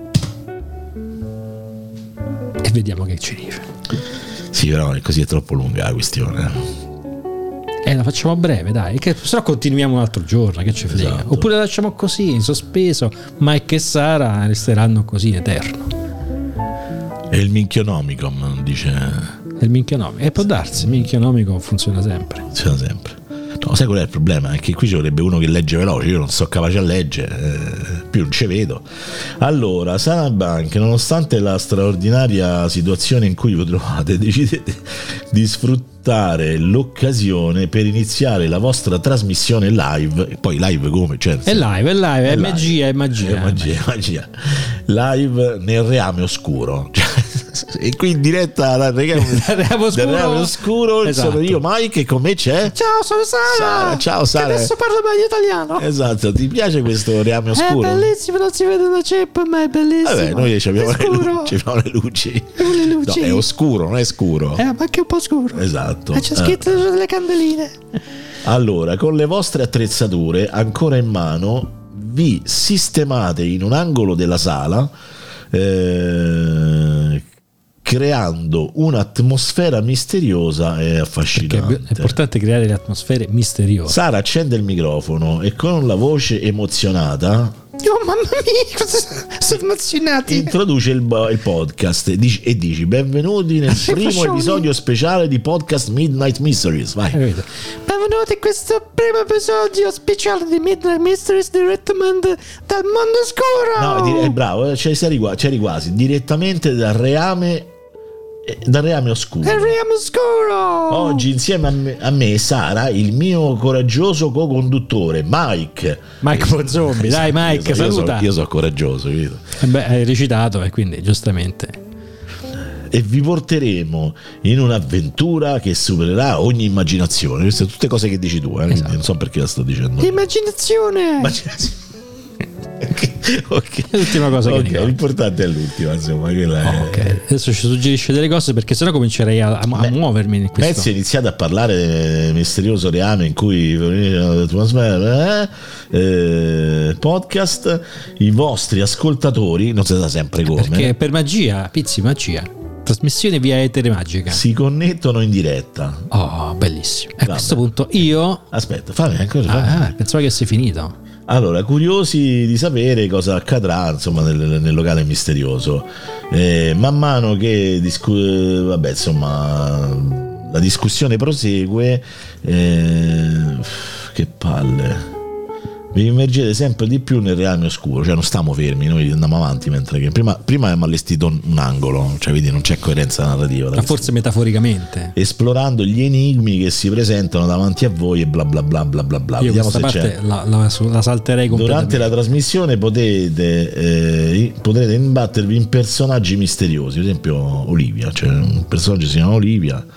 E vediamo che ci dice. Sì, però è così, è troppo lunga la questione. Eh, la facciamo a breve, dai, che se no continuiamo un altro giorno, che ci frega. Esatto. Oppure la lasciamo così, in sospeso. Mike e Sara resteranno così in eterno. È il minchionomicon, dice. È il minchionomico. E può darsi, il minchionomico funziona sempre. Funziona sempre. No, sai qual è il problema? È che qui ci vorrebbe uno che legge veloce. Io non sono capace a leggere, eh, più non ci vedo. Allora, Sana Bank, nonostante la straordinaria situazione in cui vi trovate, decidete di sfruttare l'occasione per iniziare la vostra trasmissione live. E poi live come? Cioè, È live, è live, è, È magia, è magia. È magia, è magia. Live nel reame oscuro. E qui in diretta dal reame, Reame oscuro. dal reame oscuro Esatto. sono io, Mike, e con me c'è Ciao, sono Sara. Sara. Ciao Sara. Che adesso parlo meglio italiano. Esatto, ti piace questo reame È oscuro? bellissimo, non si vede una ceppa, ma è bellissimo. Vabbè, noi ci abbiamo, È le, lu- scuro. ci abbiamo le luci. Abbiamo le luci. No, è oscuro, non è scuro. Eh, ma anche un po' scuro. Esatto. E c'è Eh. scritto sulle candeline. Allora, con le vostre attrezzature ancora in mano, vi sistemate in un angolo della sala, eh, creando un'atmosfera misteriosa e Perché è affascinante. è importante creare le atmosfere misteriose. Sara accende il microfono e con la voce emozionata Oh, mamma mia, cosa sono emozionati. introduce il, bo- il podcast e dici, e dici benvenuti nel Sì, primo facciamo- episodio speciale di podcast Midnight Mysteries. Vai. Capito? Benvenuti in questo primo episodio speciale di Midnight Mysteries direttamente dal mondo oscuro. No, di- eh, bravo, eh, c'eri, qua- c'eri quasi direttamente dal reame dal Reame Oscuro. Il Reame Oscuro! Oggi insieme a me, a me Sara, il mio coraggioso co-conduttore Mike. Mike Pozzombi, dai Mike, io so, saluta. Io sono so coraggioso, capito? Eh beh, hai recitato e quindi giustamente. E vi porteremo in un'avventura che supererà ogni immaginazione. Queste sono tutte cose che dici tu, eh? Esatto. Non so perché la sto dicendo. Immaginazione! Immaginazione. Ok, L'ultima cosa che Ok, ricordo. l'importante è l'ultima, insomma. Quella è... Ok, adesso ci suggerisce delle cose perché sennò comincerei a, a, a Beh, muovermi in questo. Pezzi è iniziato a parlare del misterioso reame in cui eh, eh, podcast, i vostri ascoltatori, non si sa sempre come, Perché per magia, pizzi magia, trasmissione via etere magica. si connettono in diretta. Oh, bellissimo. E a Vabbè. questo punto io Aspetta, fammi ancora. fammi. ah, pensavo che sia finito. Allora, curiosi di sapere cosa accadrà, insomma, nel, nel locale misterioso. Eh, man mano che discu- vabbè, insomma, la discussione prosegue, eh, che palle. Vi immergete sempre di più nel reame oscuro, cioè non stiamo fermi, noi andiamo avanti, mentre che prima, prima abbiamo allestito un, un angolo, cioè vedi non c'è coerenza narrativa. Ma forse metaforicamente. Esplorando gli enigmi che si presentano davanti a voi e bla bla bla bla bla bla. Io Vediamo questa se parte c'è. la, la, la salterei completamente. Durante la trasmissione potete, eh, potrete imbattervi in personaggi misteriosi, ad esempio Olivia, cioè un personaggio si chiama Olivia.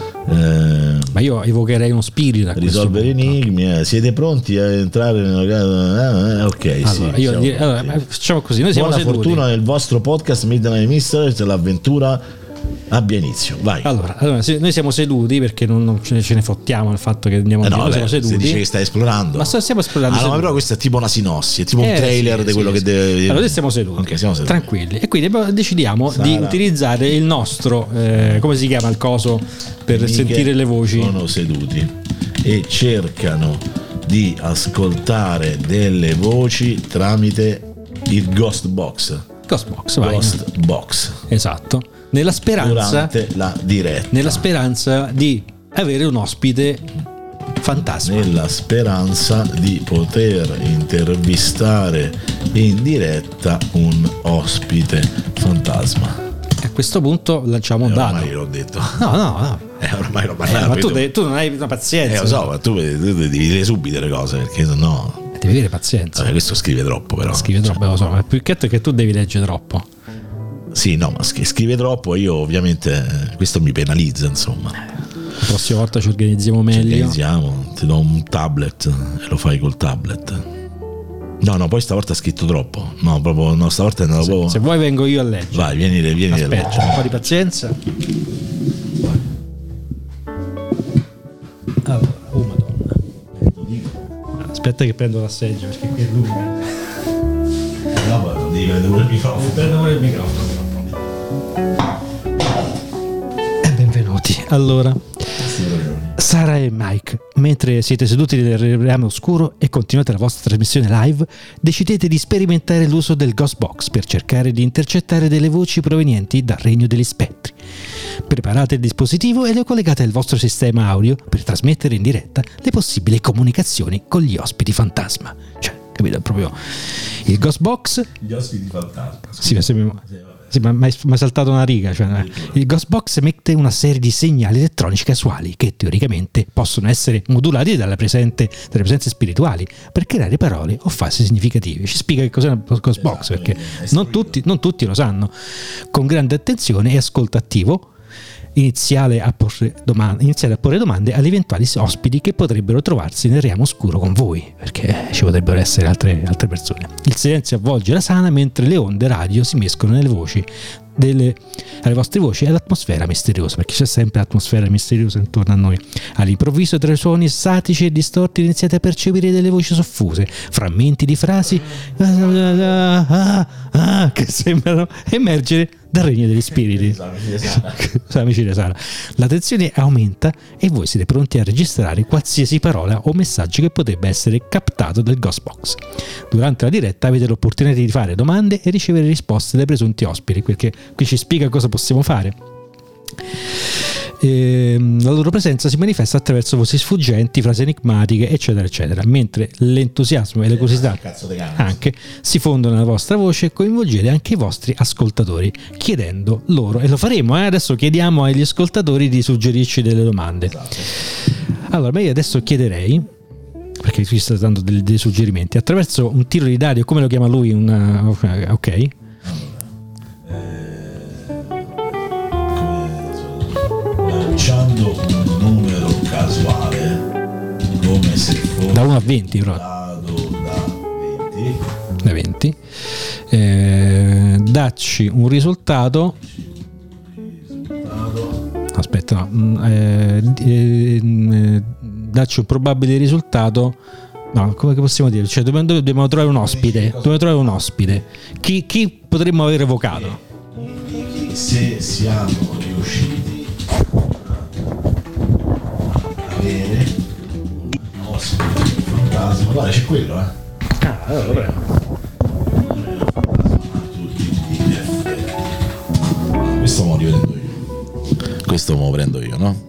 Eh, Ma io evocherei uno spirito a questo risolvere punto. enigmi, eh. Siete pronti a entrare nella casa? Eh, ok, Allora, sì, io siamo direi- allora, pronti. facciamo così, noi siamo Buona seduti. fortuna nel vostro podcast Midnight Mysteries, l'avventura abbia inizio. Vai. Allora, allora, se- noi siamo seduti perché non, non ce, ne, ce ne fottiamo del fatto che andiamo Eh in no, giro, noi vabbè, siamo se seduti. dice che stai esplorando. Ma sto- stiamo esplorando Ah, no, ma seduti. però questo è tipo una sinossi, è tipo un Eh, trailer sì, di quello sì, che sì. deve. Allora noi siamo seduti, Ok, siamo seduti. tranquilli, e quindi poi decidiamo Sara. di utilizzare il nostro eh, come si chiama il coso per Amiche sentire le voci. Sono seduti e cercano di ascoltare delle voci tramite il Ghost Box. Ghostbox, vai. Ghost Box. Esatto. Nella speranza Durante la diretta. nella speranza di avere un ospite fantasma. Nella speranza di poter intervistare in diretta un ospite fantasma. A questo punto lanciamo un Eh, dado. ormai l'ho detto. No, no, no. Eh, ormai l'ho Eh, parlato. ma tu, de- tu non hai una Eh, pazienza. lo so, ma tu devi devi dire subito le cose perché sennò. Devi avere pazienza. Vabbè, questo scrive troppo, però. Scrive troppo, lo so, ma più che altro è che tu devi leggere troppo. Sì, no, ma scri- scrive troppo, io ovviamente eh, questo mi penalizza, insomma. La prossima volta ci organizziamo Ci meglio. organizziamo, ti do un tablet e lo fai col tablet. No, no, poi stavolta ha scritto troppo. No, proprio, no, stavolta è andato proprio. Se vuoi vengo io a leggere. Vai, vieni, vieni a Aspetta, leggere. un po' di pazienza. Allora, oh madonna. Aspetta che prendo l'asseggio perché qui è lunga. No, devi prendere pure il microfono. Prendo pure il microfono. E benvenuti. Allora, Sara e Mike, mentre siete seduti nel reame oscuro e continuate la vostra trasmissione live, decidete di sperimentare l'uso del Ghost Box per cercare di intercettare delle voci provenienti dal regno degli spettri. Preparate il dispositivo e lo collegate al vostro sistema audio per trasmettere in diretta le possibili comunicazioni con gli ospiti fantasma. Cioè, capito? Proprio il Ghost Box. Gli ospiti fantasma. Sì, se mi, sì, ma mi è saltato una riga. Cioè, il Ghost Box emette una serie di segnali elettronici casuali che teoricamente possono essere modulati dalle, presente, dalle presenze spirituali per creare parole o fasi significative. Ci spiega che cos'è un Ghost Box, perché non tutti, non tutti lo sanno. Con grande attenzione e ascolto attivo iniziale a porre domande, iniziare a porre domande agli eventuali ospiti che potrebbero trovarsi nel reame oscuro con voi, perché ci potrebbero essere altre, altre persone. Il silenzio avvolge la sala mentre le onde radio si mescolano nelle voci delle, alle vostre voci e all'atmosfera misteriosa, perché c'è sempre l'atmosfera misteriosa intorno a noi. All'improvviso, tra i suoni statici e distorti, iniziate a percepire delle voci soffuse, frammenti di frasi ah, ah, ah, che sembrano emergere dal regno degli spiriti. Amici di Sara. La tensione aumenta e voi siete pronti a registrare qualsiasi parola o messaggio che potrebbe essere captato dal Ghost Box. Durante la diretta avete l'opportunità di fare domande e ricevere risposte dai presunti ospiti, perché qui ci spiega cosa possiamo fare. eh, la loro presenza si manifesta attraverso voci sfuggenti, frasi enigmatiche, eccetera, eccetera, mentre l'entusiasmo e la curiosità anche si fondono nella vostra voce e coinvolgete anche i vostri ascoltatori, chiedendo loro, e lo faremo, eh? Adesso chiediamo agli ascoltatori di suggerirci delle domande. Allora, beh, io adesso chiederei, perché qui sta dando dei, dei suggerimenti, attraverso un tiro di dadi, o come lo chiama lui, una, ok, lanciando un numero casuale come se fosse da uno a venti, però. dado da venti, da venti, eh, dacci un risultato. Aspetta, no, eh, eh, dacci un probabile risultato. No, come possiamo dire? Cioè, dobbiamo, dobbiamo trovare un ospite. Dobbiamo trovare un ospite. Chi, chi potremmo aver evocato? Se siamo riusciti a avere un ospite fantasma, guarda, c'è quello, eh. Ah, allora lo prendo. Questo mo lo riprendo io. Questo mo lo prendo io, no?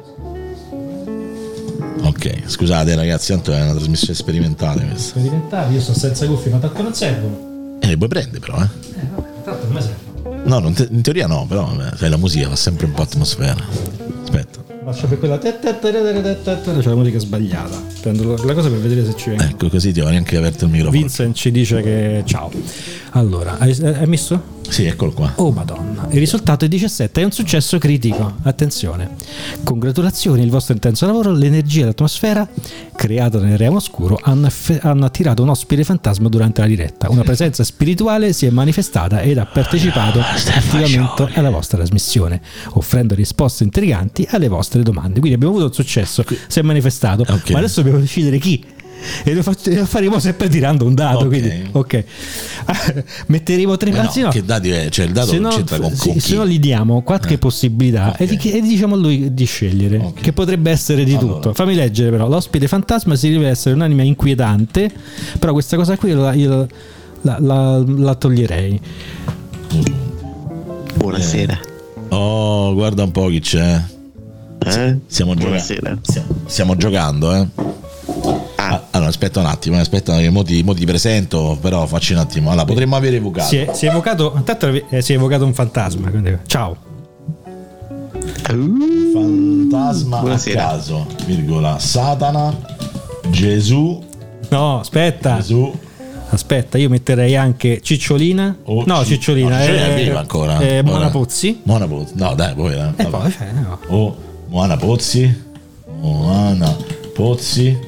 Ok, scusate ragazzi, tanto è una trasmissione sperimentale questa. Sperimentale, io sto senza cuffie, ma tanto non servono. E le puoi prendere però, eh? Eh, vabbè, tanto non mi servono. No, non te- in teoria no, però sai, la musica fa sempre un po' atmosfera. Aspetta. Lascio per quella. C'è la musica sbagliata. Prendo la cosa per vedere se ci viene. Ecco, così ti ho neanche aperto il microfono. Vincent ci dice che ciao. Allora, hai, hai messo? Sì, eccolo qua. Oh madonna, il risultato è diciassette, è un successo critico, attenzione. Congratulazioni, il vostro intenso lavoro, l'energia e l'atmosfera creata nel Realm Oscuro hanno, aff- hanno attirato un ospite fantasma durante la diretta. Una presenza spirituale si è manifestata ed ha partecipato attivamente alla vostra trasmissione, offrendo risposte intriganti alle vostre domande. Quindi abbiamo avuto un successo, si è manifestato, okay. Ma adesso dobbiamo decidere chi. E lo, faccio, lo faremo sempre tirando un dado, Okay. quindi ok. Metteremo tre, Eh anzi no, no, che dati è? Cioè il dato se non no, c'entra con, sì, con se chi. no gli diamo qualche Eh. possibilità Okay. e, di- e diciamo a lui di scegliere, Okay. che potrebbe essere di Allora. tutto. Fammi leggere però. L'ospite fantasma si rivela essere un'anima inquietante, però questa cosa qui la, io la, la, la toglierei. Buonasera. Oh, guarda un po' chi c'è. Eh? Stiamo, gioca- Buonasera. stiamo, stiamo giocando, eh. Ah, allora aspetta un attimo, eh, aspetta che mo ti, mo ti presento, però facci un attimo. Allora, potremmo aver evocato. Si è, si è evocato, intanto eh, si è evocato un fantasma, quindi, ciao. Uh, Fantasma Buonasera. a caso, virgola, Satana, Gesù, No, aspetta. Gesù. Aspetta, io metterei anche Cicciolina. o no, Ci- Cicciolina, no, Cicciolina eh, è viva ancora. eh, Mona Ora. Pozzi. Mona Pozzi. No, dai, poi. Eh, E vabbè. poi, cioè, no. O Moana Pozzi. Moana Pozzi.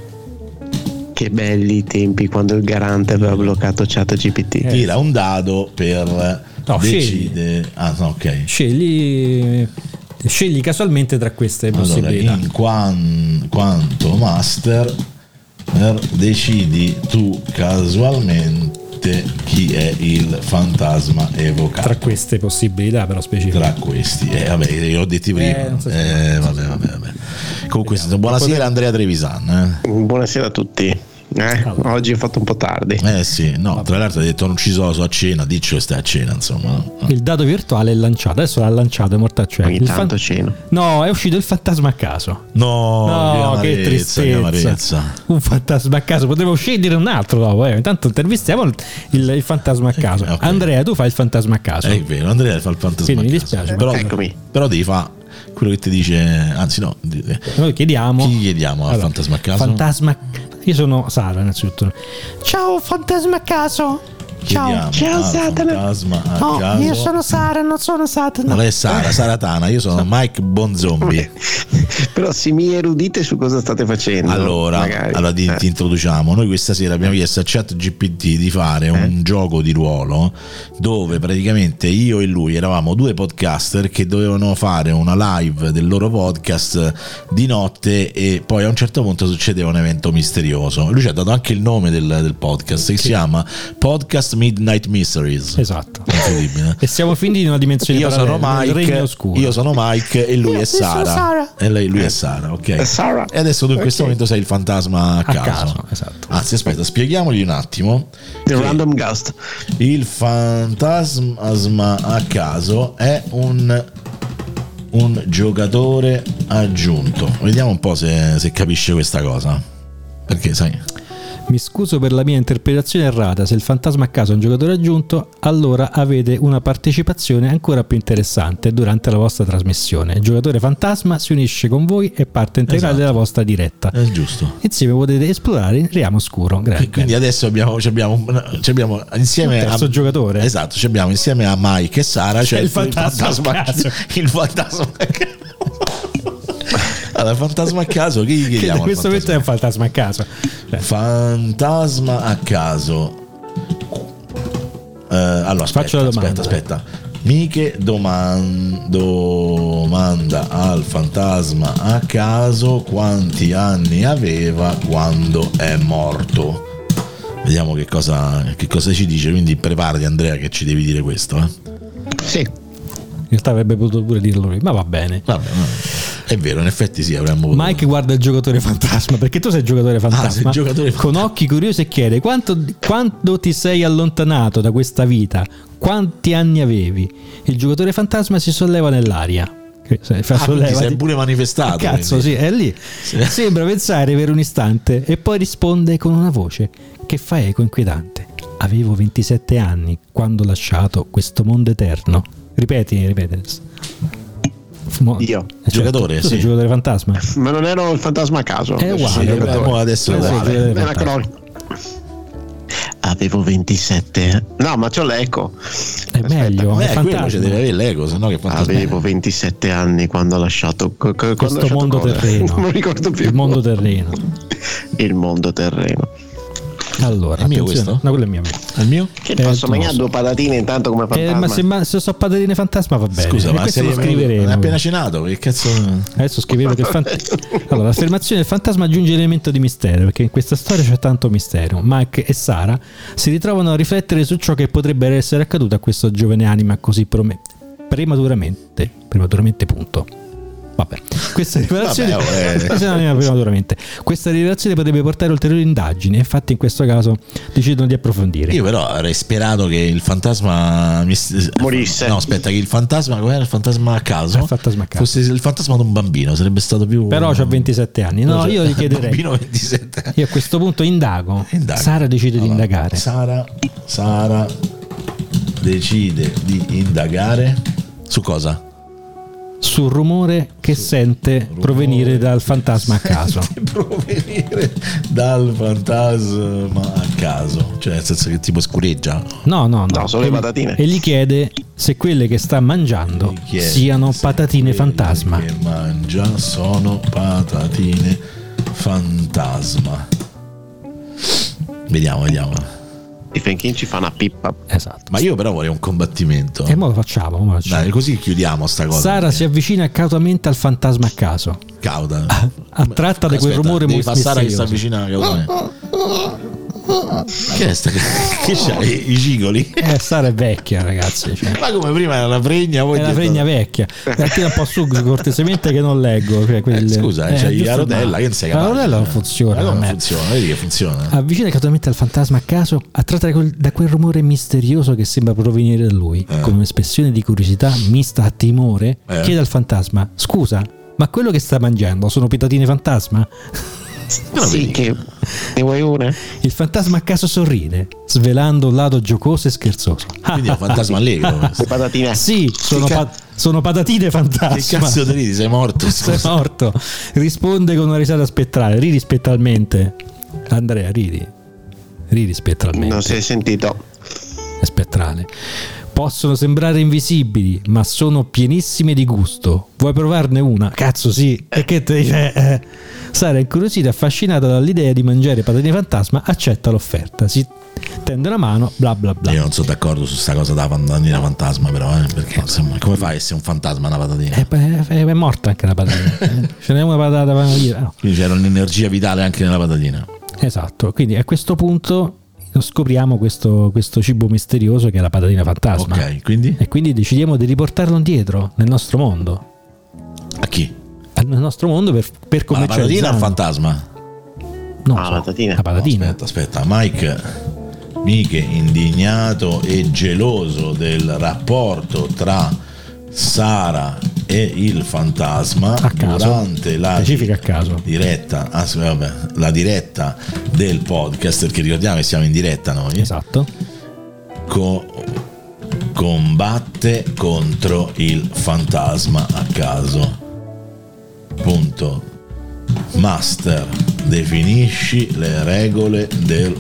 che belli i tempi quando il garante aveva bloccato ChatGPT. Tira un dado per No, decidere. Ah, no, ok. Scegli, scegli casualmente tra queste Allora, possibilità. in quan- quanto master per decidi tu casualmente chi è il fantasma evocato Tra queste possibilità, però specifiche. tra questi. Eh, vabbè, li ho detti prima. Eh, non so se- Eh, vabbè, vabbè, vabbè. Comunque, buonasera Andrea Trevisan. Eh? Buonasera a tutti. Eh, oggi ho fatto un po' tardi. Eh sì, no, tra l'altro hai detto non ci sono, so a cena, dici che stai a cena, insomma. No? Il dato virtuale è lanciato, adesso l'ha lanciato, è mortaccio. Ogni Il tanto fan- ceno. No, è uscito il fantasma a caso. No, No, che che amarezza, tristezza. che amarezza. Un fantasma a caso, potremmo scegliere un altro dopo. Eh. Intanto intervistiamo il, il- il fantasma a caso. ok. Andrea, tu fai il fantasma a caso. È vero, Andrea fa il fantasma. Quindi mi a caso. dispiace, Però, Eccomi. però devi fare quello che ti dice, anzi no, di- Noi chiediamo. chi chiediamo al Allora, fantasma a caso? Fantasma. Io sono Sara, innanzitutto. Ciao, fantasma a caso. Chiediamo Ciao, al Satana. fantasma a No, caso. io sono Sara, non sono Satana. Non è Sara, Sara Tana, io sono Mike Bonzombie. Però se mi erudite su cosa state facendo. Allora, magari. allora ti, Eh. ti introduciamo. Noi questa sera abbiamo chiesto a ChatGPT di fare un gioco di ruolo dove praticamente io e lui eravamo due podcaster che dovevano fare una live del loro podcast di notte e poi a un certo punto succedeva un evento misterioso. Lui ci ha dato anche il nome del, del podcast che si chiama Podcast Midnight Mysteries. Esatto. Incredibile. E siamo finiti in una dimensione Io sono parallela, nel regno Mike, oscuro. io sono Mike e lui è sono Sara. Sara. E lei, lui è Sara, ok. È Sara. E adesso tu in questo Ok. momento sei il fantasma a, A caso. caso, esatto. Anzi, aspetta, spieghiamogli un attimo. The che Random Ghost. il fantasma a caso è un un giocatore aggiunto. Vediamo un po' se, se capisce questa cosa. Perché sai, Mi scuso per la mia interpretazione errata, se il fantasma a caso è un giocatore aggiunto, allora avete una partecipazione ancora più interessante durante la vostra trasmissione. Il giocatore fantasma si unisce con voi e parte integrale Esatto. della vostra diretta. è giusto. Insieme potete esplorare il Riamo Oscuro. Grazie. E quindi adesso abbiamo, ci abbiamo, ci abbiamo insieme Un terzo a, giocatore. Esatto, ci abbiamo insieme a Mike e Sara, cioè il fantasma a caso. il fantasma a caso. Allora, fantasma a caso, chi gli Che chiediamo? in questo momento è un fantasma a caso. Cioè, Fantasma a caso. Eh, allora, aspetta, Faccio la domanda. aspetta, aspetta. Miche doman- domanda al fantasma a caso quanti anni aveva quando è morto. Vediamo che cosa, che cosa ci dice. Quindi preparati, Andrea, che ci devi dire questo. Eh? Sì. in realtà avrebbe potuto pure dirlo lui, ma va bene. Vabbè, vabbè. È vero, in effetti sì, avremmo potuto. Mike guarda il giocatore fantasma, perché tu sei il giocatore fantasma, Ah, sei il giocatore con occhi curiosi, e chiede quanto, quando ti sei allontanato da questa vita, quanti anni avevi. Il giocatore fantasma si solleva nell'aria. Fa Ah, quindi solleva, si è pure manifestato. cazzo, quindi. sì, è lì. Sì. Sembra pensare per un istante e poi risponde con una voce che fa eco inquietante. Avevo ventisette anni quando ho lasciato questo mondo eterno. Ripeti, ripeti. Mo- Io. eh, Giocatore, tu sei sì. il giocatore fantasma. Ma non ero il fantasma a caso. È uguale, Sì, Sì, vabbè, beh, giocatore. mo adesso È è uguale, uguale. è anacronico. Avevo ventisette. No, ma c'ho l'eco. È meglio, Beh, è quello ci fantasma. deve avere l'ego, sennò che fantasma. Avevo ventisette anni quando ho lasciato co- co- quando ho Questo lasciato mondo cosa? terreno. Non mi ricordo più. Il mondo terreno. Il mondo terreno. Allora, È mio attenzione. questo? No, quello è mio. È il mio? Che Eh, posso tu mangiare non so. due patatine intanto come Eh, fantasma? ma se, ma se so patatine fantasma va bene. Scusa, E ma questo sei lo scriveremo. hai appena cenato? Che cazzo? Adesso scrivevo che il fant- allora, l'affermazione del fantasma aggiunge elemento di mistero, perché in questa storia c'è tanto mistero. Mike e Sara si ritrovano a riflettere su ciò che potrebbe essere accaduto a questo giovane anima così prome- prematuramente, prematuramente punto. Vabbè, questa rivelazione Vabbè, oh, eh. questa è un'anima prematuramente. Questa rivelazione potrebbe portare ulteriori indagini, e infatti in questo caso decidono di approfondire. Io però avrei sperato che il fantasma mi- Morisse. No, aspetta, che il fantasma, com'era il fantasma a caso? Il fantasma a caso. Fosse il fantasma di un bambino, sarebbe stato più. Però c'ha ventisette anni. No, Cioè, io gli chiederei. Bambino ventisette anni. Io a questo punto indago. Indaga. Sara decide Allora, di indagare. Sara, Sara decide di indagare su cosa? Sul rumore che sente rumore provenire dal fantasma a caso. Provenire dal fantasma a caso, cioè nel senso che tipo scureggia. No, no, no. No, solo le E- patatine. E gli chiede se quelle che sta mangiando Gli chiede siano se patatine quelli fantasma. che mangia sono patatine fantasma. Vediamo, vediamo. Stephen King ci fa una pippa. Esatto. Ma io però vorrei un combattimento. E mo lo facciamo. mo lo facciamo. Dai, così chiudiamo sta cosa. Sara si avvicina cautamente al fantasma a caso, Cauda. attratta da quel Aspetta, rumore devi misterioso. far Sara che sta vicino cautamente. Che è sta? Che c'hai? I cigoli? Eh, Sara è vecchia, ragazzi. Cioè. Ma come prima era la fregna, poi È una ti- fregna vecchia. Attira un po' su cortesemente che non leggo. Cioè quelle- Eh, scusa, eh, c'hai giusto, la rotella, ma- che non sei La capace. rotella non funziona. Ma come a me. funziona? Vedi che funziona. Avvicina casualmente al fantasma a caso, attratta da quel, da quel rumore misterioso che sembra provenire da lui. Eh. Con un'espressione di curiosità mista a timore, Eh. chiede al fantasma: scusa, ma quello che sta mangiando sono patatine fantasma? Sì, che ne vuoi una? Il fantasma a caso sorride, svelando un lato giocoso e scherzoso. Quindi è un fantasma allegro. Le patatine. Sì, sono, Che ca- pa- sono patatine fantasma. Che cazzo ti ridi? Sei morto? Sei Scusa. morto. Risponde con una risata spettrale. Ridi spettralmente. Andrea, ridi. Ridi spettralmente. Non si è sentito. È spettrale. Possono sembrare invisibili, ma sono pienissime di gusto. Vuoi provarne una? Cazzo, sì. E che te dice? Eh. Sara, incuriosita e affascinata dall'idea di mangiare patatine fantasma, accetta l'offerta. Si tende la mano, bla bla bla. Io non sono d'accordo su sta cosa da patatina fantasma, però, eh, perché insomma, come fai a essere un fantasma una patatina? È, è- è morta anche la patatina. Eh, Ce n'è una patata patatina. No. Quindi c'era un'energia vitale anche nella patatina. Esatto. Quindi a questo punto scopriamo questo, questo cibo misterioso che è la patatina fantasma. Ok, quindi E quindi decidiamo di riportarlo indietro nel nostro mondo. a chi? Nel nostro mondo per, per Ma la patatina o commercializzare. il fantasma? Non Ah, so, la patatina. La patatina. Aspetta, aspetta, Mike Miche indignato e geloso del rapporto tra Sara e il fantasma a caso. Durante la specifica a caso diretta, ah, vabbè, la diretta del podcast, perché ricordiamo che siamo in diretta noi. Esatto. Co- combatte contro il fantasma a caso. Punto. Master, definisci le regole del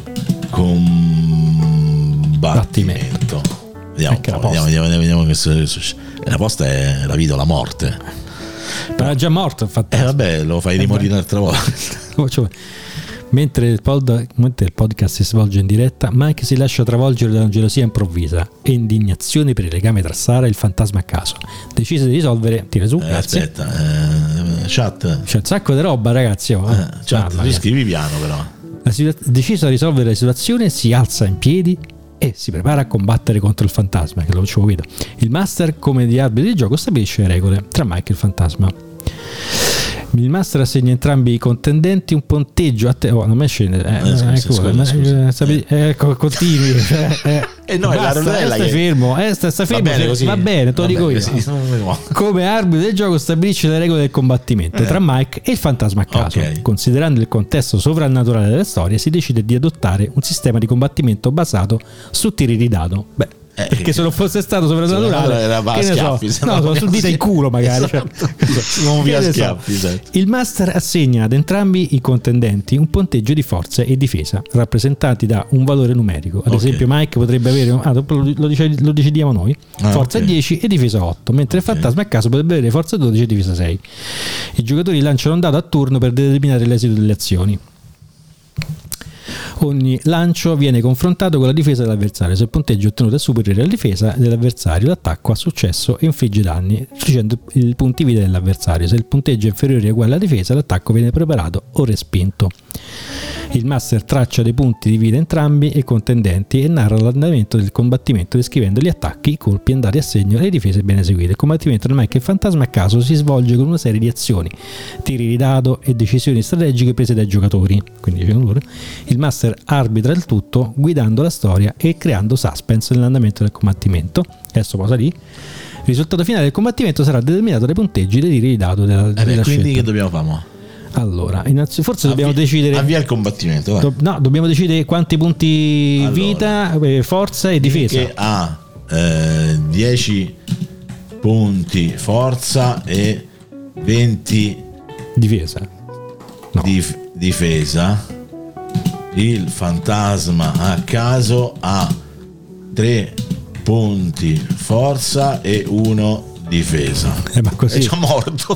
combattimento. Vediamo, ecco, un po', vediamo, vediamo, vediamo, vediamo che la posta è la vita o la morte. Però è già morto infatti. Eh vabbè, lo fai rimorire un'altra volta. Mentre il, pod, mentre il podcast si svolge in diretta, Mike si lascia travolgere da una gelosia improvvisa e indignazione per il legame tra Sara e il fantasma a caso. Decise di risolvere, tira su, eh, grazie. aspetta, eh, chat. C'è un sacco di roba, ragazzi. Oh, eh, chat, tu scrivi piano però. La situa- deciso a risolvere la situazione, si alza in piedi e si prepara a combattere contro il fantasma, che lo facevo vedo. Il master, come di arbitro di gioco, stabilisce le regole tra Mike e il fantasma. Il master assegna entrambi i contendenti un punteggio a te. Oh, non mi scende. Eh, eh, scusa, ecco, scusa, eh, scusa. Sapi, eh, continui. Eh, eh. E no, Basta, è la rondella stai che... fermo. Eh, stai, stai fermo. Va bene, così. Va bene, te lo dico io. Così. Come arbitro del gioco stabilisce le regole del combattimento eh. tra Mike e il fantasma a caso. Okay. Considerando il contesto sovrannaturale della storia, si decide di adottare un sistema di combattimento basato su tiri di dado. Beh, Eh, perché se non fosse stato soprannaturale era che ne so, no, sono sul dito in culo magari, esatto. cioè, non via so. schiaffi, esatto. Il master assegna ad entrambi i contendenti un punteggio di forza e difesa rappresentati da un valore numerico. Ad okay. esempio Mike potrebbe avere ah, lo, dice, lo decidiamo noi ah, forza okay. dieci e difesa otto, mentre okay. il fantasma a caso potrebbe avere forza dodici e difesa sei. I giocatori lanciano un dado a turno per determinare l'esito delle azioni. Ogni lancio viene confrontato con la difesa dell'avversario. Se il punteggio ottenuto è superiore alla difesa dell'avversario, l'attacco ha successo e infligge danni, riducendo i punti vita dell'avversario. Se il punteggio è inferiore o uguale alla difesa, l'attacco viene preparato o respinto. Il master traccia dei punti di vita entrambi i contendenti e narra l'andamento del combattimento descrivendo gli attacchi, i colpi andati a segno e le difese ben eseguite. Il combattimento tra Mike e il fantasma a caso si svolge con una serie di azioni, tiri di dado e decisioni strategiche prese dai giocatori. Quindi loro. Il master arbitra il tutto guidando la storia e creando suspense nell'andamento del combattimento. Adesso posa lì. Il risultato finale del combattimento sarà determinato dai punteggi dei tiri di dado della, eh beh, della quindi scelta. Che dobbiamo fare? Allora, innanzitutto forse avvia, dobbiamo decidere avvia il combattimento. Do, no, dobbiamo decidere quanti punti allora, vita, forza e difesa. Che ha eh, dieci punti forza e venti difesa. No. Dif- difesa. Il fantasma a caso ha tre punti forza e uno difesa. Eh, ma così è già morto.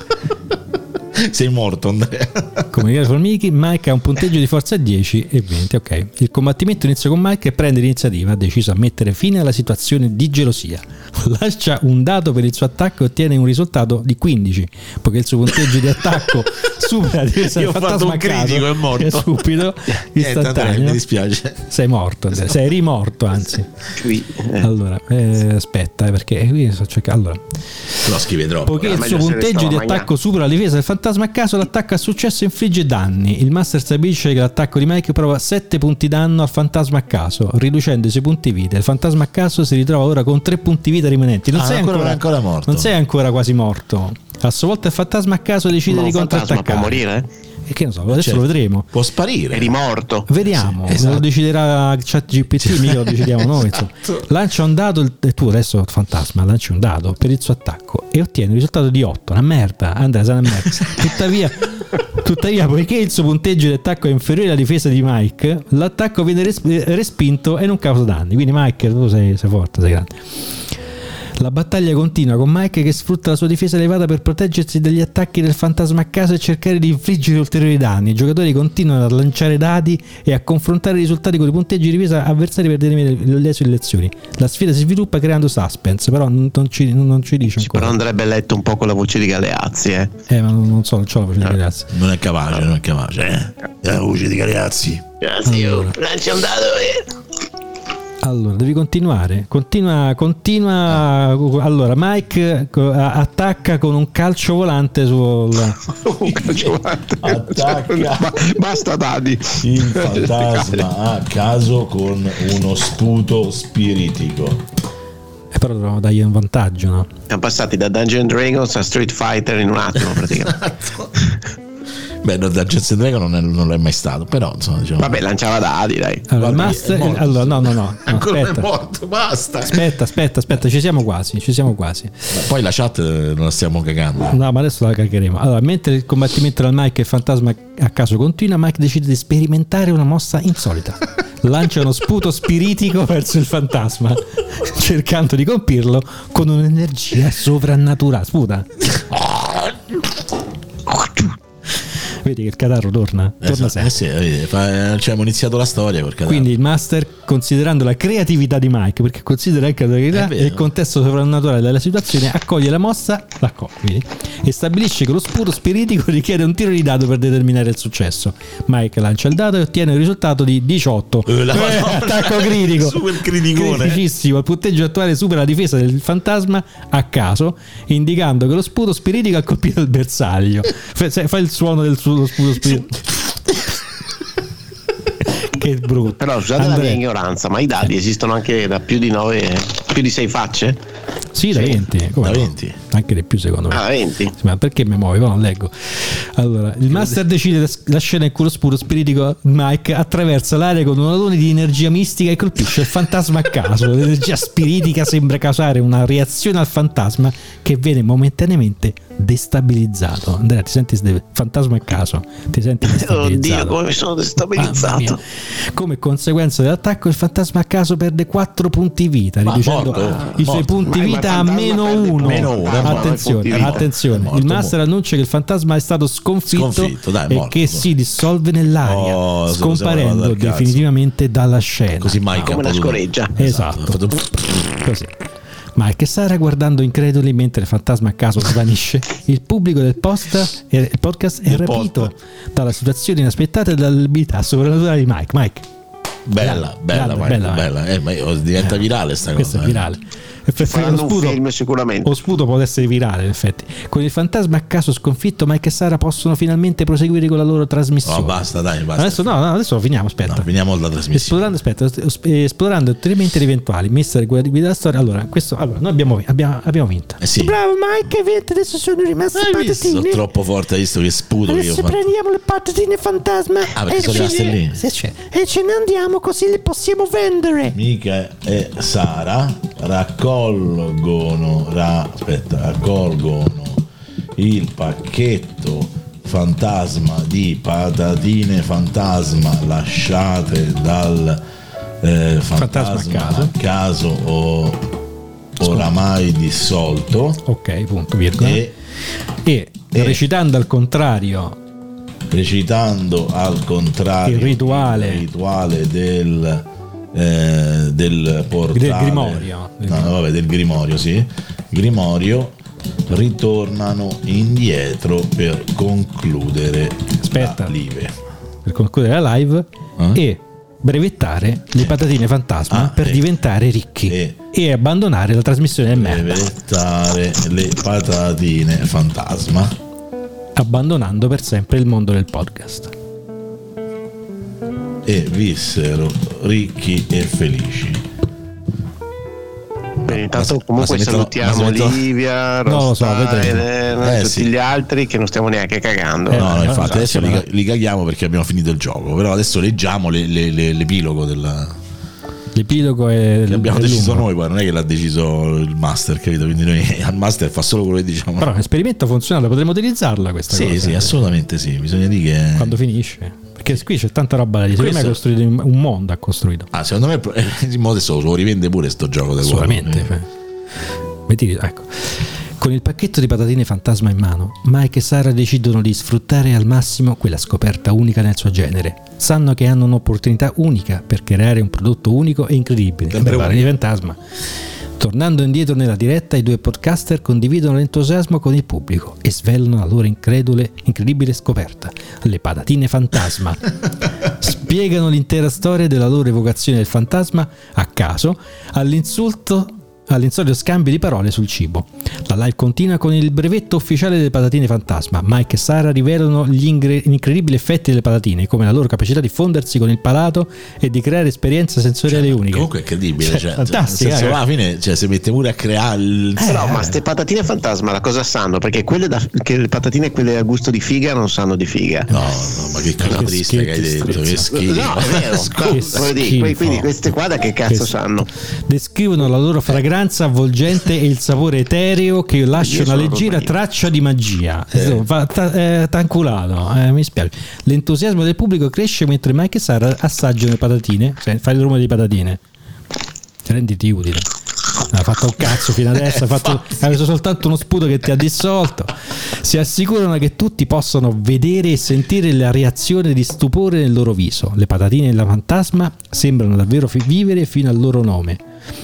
Sei morto, Andrea. Come dire Formighi, Mike ha un punteggio di forza dieci e venti. Ok. Il combattimento inizia con Mike che prende l'iniziativa, ha deciso a mettere fine alla situazione di gelosia. Lancia un dado per il suo attacco e ottiene un risultato di quindici, poiché il suo punteggio di attacco supera la difesa del fantasma a caso. Critico, è morto. È stupido, istantaneo. Andrea, mi dispiace. Sei morto, Andrea. Sei rimorto, anzi. Allora, eh, aspetta, perché qui sto cercando. Allora, lo scrive troppo. Poiché il suo punteggio di attacco supera la difesa del fantasma a caso, l'attacco a successo infligge danni. Il master stabilisce che l'attacco di Mike prova sette punti danno al fantasma a caso, riducendo i suoi punti vita. Il fantasma a caso si ritrova ora con tre punti vita rimanenti. Non, ah, sei, ancora, ancora, ancora morto. non sei ancora quasi morto. A sua volta il fantasma a caso decide no, di contrattaccare. Può morire? E che ne so, adesso certo. lo vedremo. Può sparire. È rimorto. Vediamo, sì, esatto. lo deciderà ChatGPT, mica lo decidiamo noi. Esatto. Lancia un dado, e tu adesso fantasma, lanci un dado per il suo attacco e ottiene un risultato di otto. Una merda, Andrea, sei una merda. Tuttavia, tuttavia, poiché il suo punteggio di attacco è inferiore alla difesa di Mike, l'attacco viene res- respinto e non causa danni. Quindi Mike, tu sei, sei forte, sei grande. La battaglia continua con Mike che sfrutta la sua difesa elevata per proteggersi dagli attacchi del fantasma a caso e cercare di infliggere ulteriori danni. I giocatori continuano a lanciare dadi e a confrontare i risultati con i punteggi di difesa avversari per determinare le sue lezioni. La sfida si sviluppa creando suspense, però non, non, ci, non ci dice ancora. Però andrebbe letto un po' con la voce di Galeazzi, eh. Eh, ma non so, non c'ho la voce no. di Galeazzi. Non è capace, non è capace, eh. La voce di Galeazzi. Grazie, allora. Lanci un dado e... Allora, devi continuare. Continua, continua. Allora, Mike attacca con un calcio volante sul. un calcio volante. Attacca. Basta dadi. Il fantasma a caso con uno sputo spiritico. Però dobbiamo dargli un vantaggio, no? Siamo passati da Dungeons and Dragons a Street Fighter in un attimo praticamente. Beh, no, da Dungeons and Dragons non, è, non è mai stato, però insomma, diciamo. Vabbè, lanciava dadi, dai. Allora, il Vabbè, master, è morto, allora, sì. no, no, no, no, Ancora aspetta. è morto, basta. Aspetta, aspetta, aspetta, ci siamo quasi, ci siamo quasi. Poi la chat non la stiamo cagando. No, ma adesso la cagheremo. Allora, mentre il combattimento tra Mike e il fantasma a caso continua, Mike decide di sperimentare una mossa insolita. Lancia uno sputo spiritico verso il fantasma, cercando di compirlo con un'energia sovrannaturale. Sputa. Vedi che il catarro torna, torna Esatto, sempre. eh sì, fa- cioè, abbiamo iniziato la storia perché Quindi il master, considerando la creatività di Mike, perché considera anche la creatività È vero. e il contesto sovrannaturale della situazione, accoglie la mossa, l'accoglie e stabilisce che lo sputo spiritico richiede un tiro di dado per determinare il successo. Mike lancia il dado e ottiene il risultato di diciotto. Eh, la Eh, Madonna. attacco critico. Super criticone. Criticissimo. Il punteggio attuale supera la difesa del fantasma a caso, indicando che lo sputo spiritico ha colpito il bersaglio. Fa, fa il suono del suo sputo spiritico. Che brutto. Però scusate la Andrea. mia ignoranza, ma i dadi esistono anche da più di nove, più di sei facce? Sì, da venti. Come Da no? venti. Anche di più secondo me. Ah, venti. Sì, ma perché mi muovi? Ma non leggo. Allora, il master decide la- la scena in cui lo sputo spiritico Mike attraversa l'aria con un alone di energia mistica e colpisce il fantasma a caso. L'energia spiritica sembra causare una reazione al fantasma che viene momentaneamente destabilizzato. Andrea, ti senti sde- fantasma a caso? Ti senti destabilizzato? Oddio, come mi sono Mamma destabilizzato. mia. Come conseguenza dell'attacco, il fantasma a caso perde quattro punti vita, Ma riducendo morto, i suoi morto. punti Ma il vita a fantasma meno perde uno. meno uno, è morto, Attenzione, punti vita. attenzione. È morto, il è master annuncia che il fantasma è stato sconfitto, Sconfitto, dai, è e morto. che si dissolve nell'aria, Oh, se lo siamo scomparendo levati dal cazzo. definitivamente dalla scena. Così Mike Come ha una potuto- scoreggia. Esatto. Ha fatto- Così. Mike e Sara guardando increduli mentre il fantasma a caso svanisce. Il pubblico del post, il podcast è Del rapito pod. dalla situazione inaspettata e dall'abilità sovrannaturale di Mike. Mike, Bella, bella, Grande, Mike, bella, bella. Eh, ma io- diventa virale sta questo cosa. è eh. virale. E per fare lo Faranno un sputo, film sicuramente. lo sputo può essere virale, in effetti. Con il fantasma a caso sconfitto, Mike e Sara possono finalmente proseguire con la loro trasmissione. No, basta, dai, basta. Adesso no, no, adesso lo finiamo, aspetta. No, finiamo la trasmissione. Esplorando, aspetta, es- esplorando ulteriormente gli eventuali mister guida della storia. Allora, questo, allora noi abbiamo, abbiamo, abbiamo vinto. Eh sì, Bravo Mike, vedi, adesso sono rimaste hai visto? Sono patatine. troppo forte, hai visto che sputo che io ho Adesso fatto. prendiamo le patatine fantasma Ah, perché e, sono ce rimaste ne- lì. Se c'è. e ce ne andiamo così le possiamo vendere. Mica e Sara raccolgono ra- aspetta, raccolgono il pacchetto fantasma di patatine fantasma lasciate dal eh, fantasma, Fantasma a caso. a caso o oramai dissolto Ok, punto, virgola. e E, e- recitando al contrario recitando al contrario Il rituale. il rituale del eh, del portale Del grimorio. no, no, vabbè, del grimorio, sì, grimorio, ritornano indietro per concludere Aspetta. la live. per concludere la live Eh? e brevettare le patatine fantasma Ah, per eh. diventare ricchi E- e abbandonare la trasmissione del merda, Brevettare le patatine fantasma abbandonando per sempre il mondo del podcast. e vissero ricchi e felici. Bene, intanto Ma se- comunque ma se metto- salutiamo ma se metto- Livia, Non lo so, Rostainen, Eh, tutti sì. gli altri che non stiamo neanche cagando. Eh, No, no, eh, infatti esatto, adesso sì, li, ma- li caghiamo perché abbiamo finito il gioco, però adesso leggiamo le- le- le- l'epilogo del, L'epilogo è, che abbiamo è deciso lungo. noi, poi non è che l'ha deciso il master, capito? Quindi noi al master fa solo quello che diciamo. Però l'esperimento ha funzionato, potremmo utilizzarla questa Sì, cosa sì, assolutamente sì. Bisogna dire che. quando finisce, perché qui c'è tanta roba da dire. Secondo me ha Questo- costruito un mondo, ha costruito Ah, secondo me il modo adesso lo rivende pure sto gioco del assolutamente. ruolo. Metti, ecco. Con il pacchetto di patatine fantasma in mano, Mike e Sara decidono di sfruttare al massimo quella scoperta unica nel suo genere. Sanno che hanno un'opportunità unica per creare un prodotto unico e incredibile. Sempre Le patatine unico. fantasma. Tornando indietro nella diretta, i due podcaster condividono l'entusiasmo con il pubblico e svelano la loro incredule, incredibile scoperta, le patatine fantasma. Spiegano l'intera storia della loro evocazione del fantasma a caso all'insulto all'insolito scambio di parole sul cibo. La live continua con il brevetto ufficiale delle patatine fantasma. Mike e Sara rivelano gli ingre- incredibili effetti delle patatine, come la loro capacità di fondersi con il palato e di creare esperienze sensoriali cioè, uniche. Comunque è incredibile, Cioè, cioè, fantastica, nel senso, eh. alla fine cioè, si mette pure a creare il... Eh, no, ma ste patatine fantasma la cosa sanno? Perché quelle da, che le patatine quelle a gusto di figa non sanno di figa. No, no, ma che cosa Che triste che hai schifo, detto, che schifo. schifo. No, è vero. Che Voglio dire, schifo. quindi queste qua da che cazzo Che- sanno? Descrivono la loro fragranza avvolgente e il sapore etereo che lascia Io una sono leggera romano. traccia di magia. Eh. Insomma, fa- ta- eh, T'anculato, eh, mi spiace. L'entusiasmo del pubblico cresce mentre Mike e Sara assaggiano le patatine. Cioè, fai il rumore di patatine. Renditi utile. Ha fatto un cazzo fino adesso, ha fatto, ha messo soltanto uno sputo che ti ha dissolto. Si assicurano che tutti possano vedere e sentire la reazione di stupore nel loro viso. Le patatine della fantasma sembrano davvero fi- vivere fino al loro nome.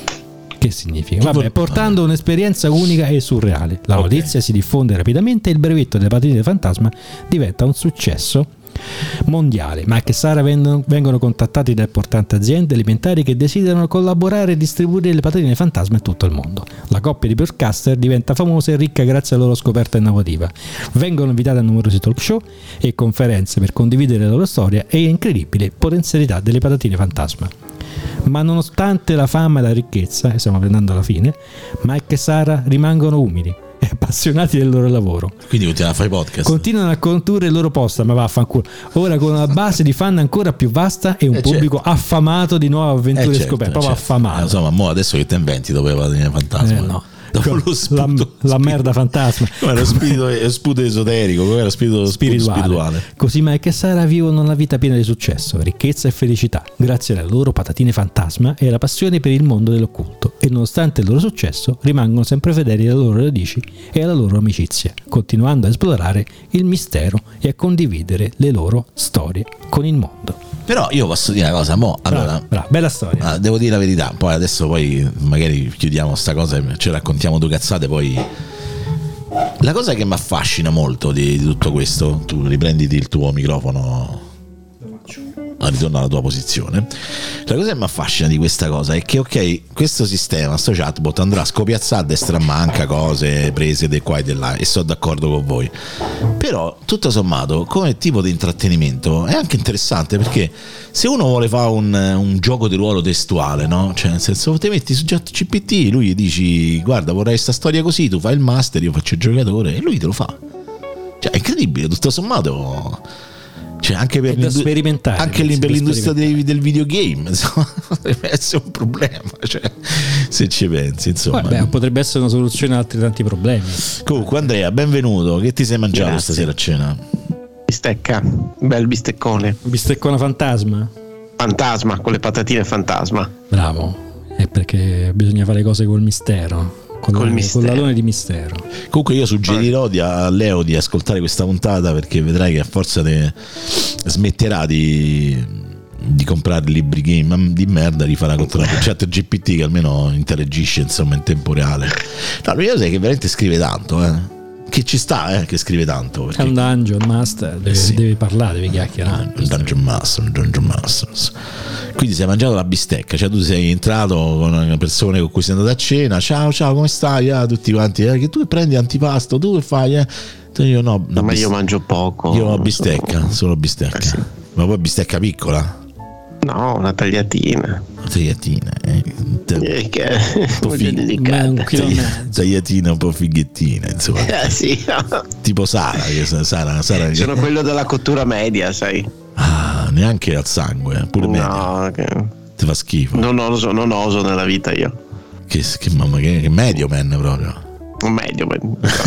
Che significa? Vabbè, portando un'esperienza unica e surreale. La Ok. notizia si diffonde rapidamente e il brevetto delle patatine del fantasma diventa un successo mondiale. Mike e Sara vengono, vengono contattati da importanti aziende alimentari che desiderano collaborare e distribuire le patatine fantasma in tutto il mondo. La coppia di podcaster diventa famosa e ricca grazie alla loro scoperta innovativa. Vengono invitati a numerosi talk show e conferenze per condividere la loro storia e l'incredibile potenzialità delle patatine fantasma. Ma nonostante la fama e la ricchezza, e stiamo prendendo alla fine, Mike e Sara rimangono umili e appassionati del loro lavoro. Quindi continuano a fare podcast. Continuano a condurre il loro post, ma vaffanculo. Ora con una base di fan ancora più vasta e un Eh, pubblico certo. affamato di nuove avventure Eh, certo, scoperte, proprio certo. affamato. Eh, insomma, mo adesso che te inventi dopo le patatine fantasma? Eh, no. Dopo lo la, sputo, la merda fantasma come lo spirito, lo sputo esoterico, come lo spirito spirituale. spirituale. Così Mike e Sara vivono una vita piena di successo, ricchezza e felicità, grazie alle loro patatine fantasma e alla passione per il mondo dell'occulto. E nonostante il loro successo, rimangono sempre fedeli alle loro radici e alla loro amicizia, continuando a esplorare il mistero e a condividere le loro storie con il mondo. Però io posso dire una cosa, mo, allora, Bravo, bravo, bella storia. ah, devo dire la verità, poi adesso poi magari chiudiamo sta cosa e ci raccontiamo due cazzate, poi la cosa che mi affascina molto di, di tutto questo, tu riprenditi il tuo microfono, ritorno alla tua posizione. La cosa che mi affascina di questa cosa è che ok, questo sistema, sto chatbot andrà a scopiazzare a destra e manca cose prese di qua e di là, e sono d'accordo con voi, però tutto sommato come tipo di intrattenimento è anche interessante, perché se uno vuole fare un, un gioco di ruolo testuale, no? Cioè nel senso, te metti su ChatGPT, lui gli dici guarda vorrei sta storia così, tu fai il master, io faccio il giocatore e lui te lo fa. Cioè è incredibile, tutto sommato. Cioè anche per, È da sperimentare, anche lì per da l'industria del, del videogame, insomma, potrebbe essere un problema, cioè, se ci pensi, insomma. Vabbè, potrebbe essere una soluzione a altri tanti problemi. Comunque Andrea, benvenuto, che ti sei mangiato Grazie. stasera a cena? Bistecca, bel bisteccone. Bisteccona fantasma? Fantasma, con le patatine fantasma. Bravo, è perché bisogna fare cose col mistero. Con, Col la, mistero. con l'alone di mistero. Comunque io suggerirò di- a Leo di ascoltare questa puntata, perché vedrai che a forza de, smetterà di, di comprare libri game di merda, rifarà contro la chat G P T che almeno interagisce insomma in tempo reale. No, lui sai che veramente scrive tanto, eh. Che ci sta, eh, che scrive tanto. È Perché un dungeon master, deve, sì. deve parlare, deve chiacchierare. un Dungeon Master, un Dungeon Masters. Quindi sei mangiato la bistecca, cioè tu sei entrato con persone con cui sei andato a cena, ciao ciao come stai? Ah, tutti quanti, eh, che tu prendi antipasto, tu che fai? Eh? Io no, una Ma bis- io mangio poco. io ho bistecca, solo bistecca. Eh, sì. Ma poi bistecca piccola? No, una tagliatina. Tagliatina, eh. Eh, che po' voglio figo. Ma è un delicata. chilo e mezzo. Tagliatina un po' fighettina, insomma. Eh, sì, Tipo Sara, che Sara, Sara che- sono quello della cottura media, sai? Ah, neanche al sangue, pure media. No, che... Ti fa schifo. non oso, non oso nella vita io. Che, che mamma che, che medio man proprio. Un medio, ma-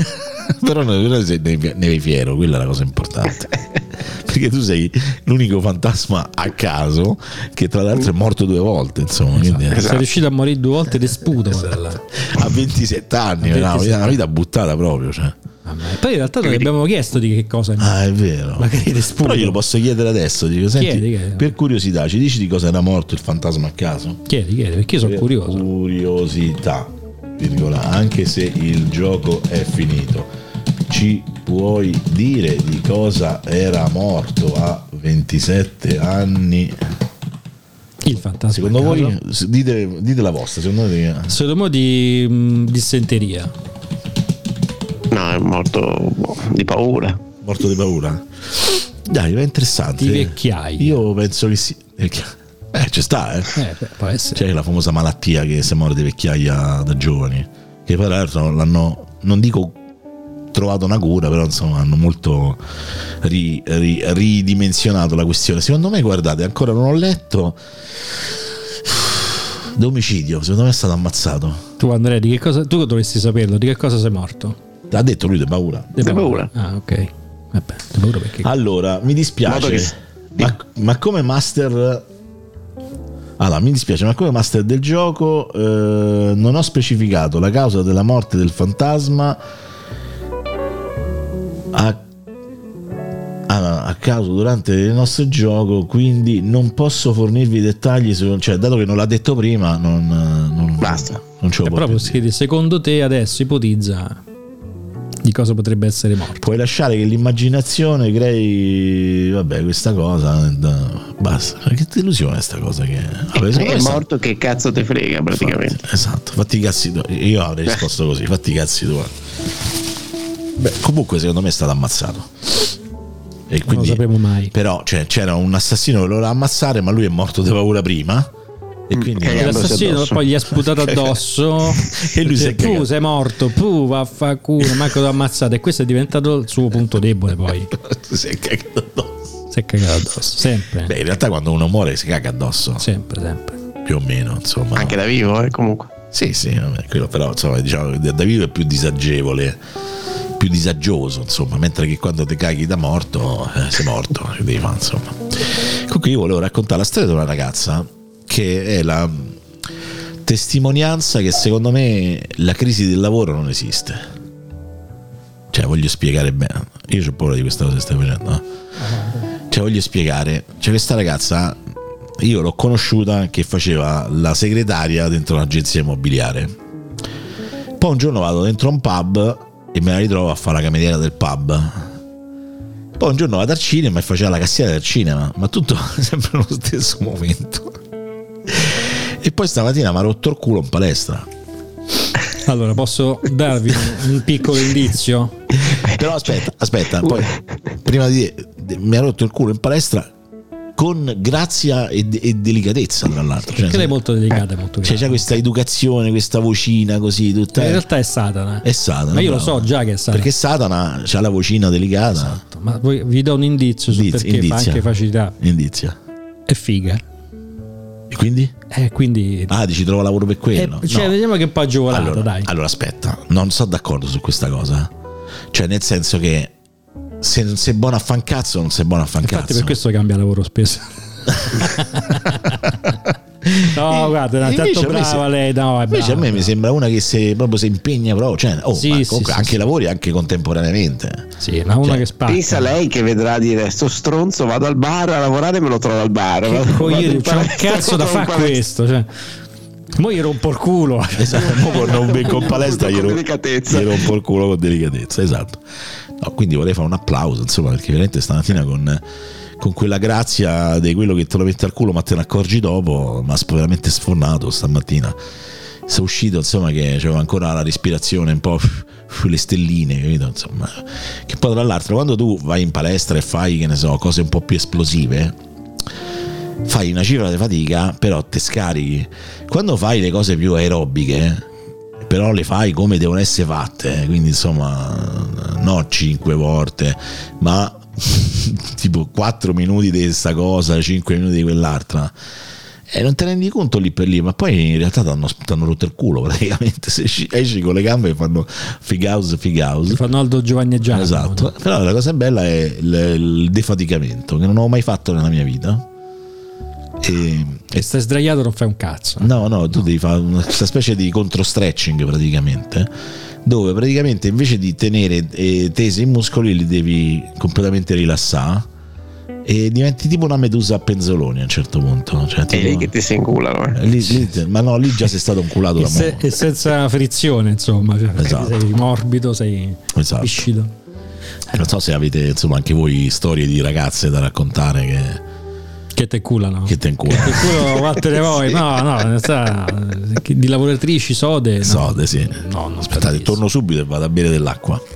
Però ne, ne, ne vai fiero, quella è la cosa importante. Perché tu sei l'unico fantasma a caso che tra l'altro è morto due volte, insomma. Quindi, eh, Sei riuscito a morire due volte di sputo. Esatto. a ventisette anni, A una, ventisette una vita buttata proprio. Cioè. Poi in realtà non gli abbiamo chiesto di che cosa. Ah, è vero. Magari di sputo. Però glielo posso chiedere adesso. Dico, senti, Chiedi, chiedi. per curiosità, ci dici di cosa era morto il fantasma a caso? Chiedi, chiedi, perché io sono Per curioso. Curiosità, virgola, anche se il gioco è finito, ci puoi dire di cosa era morto a ventisette anni? Il fantasma. Secondo a caso. voi, dite, dite la vostra, secondo voi? Secondo me di mh, dissenteria. No, è morto boh, di paura. Morto di paura. Dai, è interessante. Di vecchiaia. Io penso che sì. Eh, ci sta, eh. eh può essere. C'è la famosa malattia che si muore di vecchiaia da giovani. Che poi l'altro l'hanno, non dico trovato una cura, però insomma hanno molto ri, ri, ridimensionato la questione. Secondo me, guardate, ancora non ho letto. D'omicidio, secondo me è stato ammazzato. Tu Andrea, di che cosa, tu dovresti saperlo, di che cosa sei morto? Ha detto lui di paura. Di paura. Ah, ok. Vabbè, di paura perché. Allora, mi dispiace. Che... Ma, ma come master. Allora, mi dispiace, ma come master del gioco eh, non ho specificato la causa della morte del fantasma a, a, a caso durante il nostro gioco, quindi non posso fornirvi dettagli su, cioè, dato che non l'ha detto prima, non, non basta. Non ce lo è proprio scrivere, secondo te adesso ipotizza di cosa potrebbe essere morto. Puoi lasciare che l'immaginazione crei, vabbè, questa cosa, basta. Che delusione sta cosa che vabbè, è è morto, che cazzo te frega praticamente. Infatti, esatto, fatti i cazzi tu. Io avrei risposto così, fatti i cazzi tu. Beh, comunque secondo me è stato ammazzato. E quindi, non lo sapremo mai. Però cioè, c'era un assassino che lo voleva ammazzare, ma lui è morto di paura prima. E quindi mm, l'assassino poi gli ha sputato addosso e lui si è tu sei morto, tu vaffanculo, manco t'ho ammazzato, e questo è diventato il suo punto debole. Poi si è cagato addosso. Si è cagato addosso, sempre. Beh, in realtà quando uno muore si caga addosso. Sempre, sempre. Più o meno, insomma. Anche da vivo, eh, comunque. Sì, sì, vabbè, quello però insomma, diciamo che da vivo è più disagevole, più disagioso, insomma, mentre che quando ti caghi da morto, eh, sei morto, che devi fare, insomma. Comunque io volevo raccontare la storia di una ragazza che è la testimonianza che secondo me la crisi del lavoro non esiste. Cioè, voglio spiegare bene. Io ho paura di questa cosa che stai facendo, no? Cioè, voglio spiegare. Cioè, questa ragazza io l'ho conosciuta che faceva la segretaria dentro un'agenzia immobiliare. Poi un giorno vado dentro un pub e me la ritrovo a fare la cameriera del pub. Poi un giorno vado al cinema e faceva la cassiera del cinema, ma tutto sempre nello stesso momento. E poi stamattina mi ha rotto il culo in palestra. Allora, posso darvi un piccolo indizio? Però aspetta, aspetta, poi prima di mi ha rotto il culo in palestra con grazia e, e delicatezza, tra l'altro. Cioè, perché lei è molto delicata, eh, molto cioè, c'è questa educazione, questa vocina così tutta. In realtà è Satana. È Satana. Ma io bravo. Lo so già che è Satana. Perché Satana c'ha la vocina delicata. Esatto. Ma voi, vi do un indizio su Indizia, perché indizia. fa anche facilità. Indizia. È figa. E quindi? Eh, quindi Ah, dici trova lavoro per quello. eh, cioè, no. vediamo che è un po' agevolato, allora, dai. allora aspetta, non sono d'accordo su questa cosa. Cioè, nel senso che se non sei buono a fan cazzo, non sei buono a fan Infatti cazzo. per questo cambia lavoro spesso. No, guarda, è tanto brava lei. No, è invece brava, a me mi sembra una che se proprio si impegna proprio, cioè, oh, Sì, ma sì, comunque sì, anche sì. lavori anche contemporaneamente. Sì, ma una Cioè, che spacca. Pensa lei che vedrà a dire sto stronzo, vado al bar a lavorare e me lo trovo al bar. Che Vado- coglione, vado in c'è un palestra, cazzo da trovo un fare palestra. questo, cioè. Mo gli rompo il culo. Esatto, mo con non ben con palestra Con gli ro- delicatezza. gli rompo il culo con delicatezza, esatto. No, quindi vorrei fare un applauso, insomma, perché veramente stamattina con, con quella grazia di quello che te lo mette al culo ma te ne accorgi dopo, ma veramente sfornato stamattina. Sono uscito, insomma, che c'avevo ancora la respirazione un po' le stelline, capito? Insomma, che poi tra l'altro quando tu vai in palestra e fai, che ne so, cose un po' più esplosive, fai una cifra di fatica, però te scarichi. Quando fai le cose più aerobiche, però le fai come devono essere fatte, quindi insomma no cinque volte, ma tipo quattro minuti di questa cosa, cinque minuti di quell'altra, e non te ne rendi conto lì per lì, ma poi in realtà ti hanno rotto il culo praticamente. Se esci, esci con le gambe e fanno fig house fig house, Fanno Aldo Giovaneggiano. esatto. Però la cosa bella è il, il defaticamento, che non ho mai fatto nella mia vita. E, E stai sdraiato, non fai un cazzo. no, no, tu devi fare questa specie di contro stretching praticamente, dove praticamente invece di tenere eh, tesi i muscoli li devi completamente rilassare e diventi tipo una medusa a penzoloni a un certo punto, cioè, È tipo, lì che ti si inculano. Eh. lì- lì- ma no, lì già sei stato inculato E, da se- mo'. e senza frizione, insomma, cioè, Esatto. sei morbido, sei Esatto. viscido. Non so se avete insomma anche voi storie di ragazze da raccontare che, Che te culano. che te inculano. Che culo quante voi? No, no, in realtà, di lavoratrici sode. No. Sode, sì. No, non Aspettate, tantissimo. torno subito e vado a bere dell'acqua.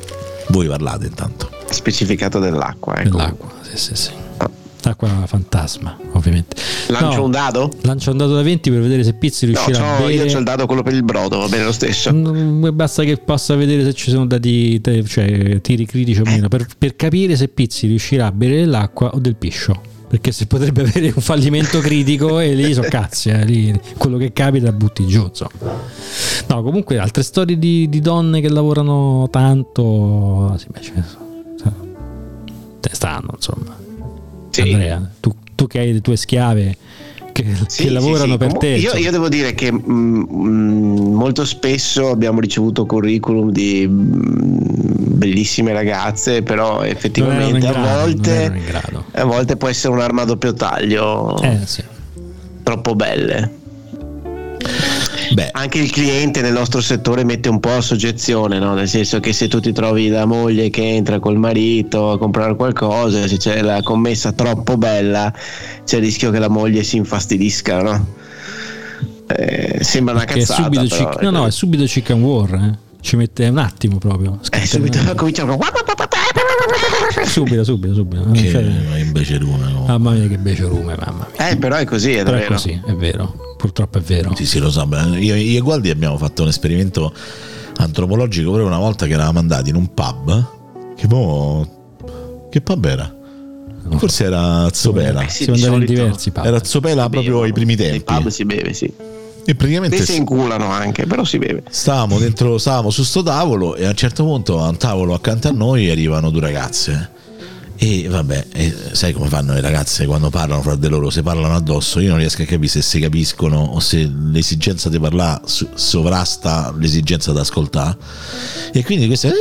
Voi parlate intanto. Specificato dell'acqua, ecco. Dell'acqua, sì, sì, sì. Acqua fantasma, ovviamente. Lancio no, un dado? Lancio un dado da venti per vedere se Pizzi riuscirà no, a bere. Io c'ho il dado quello per il brodo, va bene lo stesso. Non, basta che possa vedere se ci sono dati, cioè tiri critici o meno, per, per capire se Pizzi riuscirà a bere dell'acqua o del piscio. Perché se potrebbe avere un fallimento critico e lì so cazzi, eh, lì quello che capita butti giù, insomma. No, comunque altre storie di, di donne che lavorano tanto, sì, beh, cioè, te stanno, insomma. Sì. Andrea, tu, tu che hai le tue schiave che, sì, che lavorano sì, sì. per te. Io, io devo dire che mh, mh, molto spesso abbiamo ricevuto curriculum di mh, bellissime ragazze, però effettivamente a, grado, volte, a volte può essere un'arma a doppio taglio. Eh, sì. Troppo belle. Beh. Anche il cliente nel nostro settore mette un po' a soggezione, no? Nel senso che se tu ti trovi la moglie che entra col marito a comprare qualcosa, se c'è la commessa troppo bella c'è il rischio che la moglie si infastidisca, no? Eh, sembra una Perché cazzata, è subito però, chick, no no è subito chicken war, eh? Ci mette un attimo proprio, eh, subito cominciamo subito subito subito che cioè, invece rume, no? Mamma mia che invece rume, mamma mia. Eh però è così, è però davvero. è così, è vero, purtroppo è vero. Sì, sì, lo so. Io, io e Gualdi abbiamo fatto un esperimento antropologico proprio una volta che eravamo andati in un pub. Che boh, che pub era? No. Forse era Zopela. Eh sì, si andava in diversi pub. Era Zopela proprio ai primi tempi. Nei pub si beve, sì. E praticamente e si inculano anche, però si beve. Stavamo dentro, stavamo su sto tavolo e a un certo punto a un tavolo accanto a noi arrivano due ragazze. E vabbè, e sai come fanno le ragazze quando parlano fra di loro, se parlano addosso, io non riesco a capire se si capiscono o se l'esigenza di parlare sovrasta l'esigenza di ascoltare. E quindi queste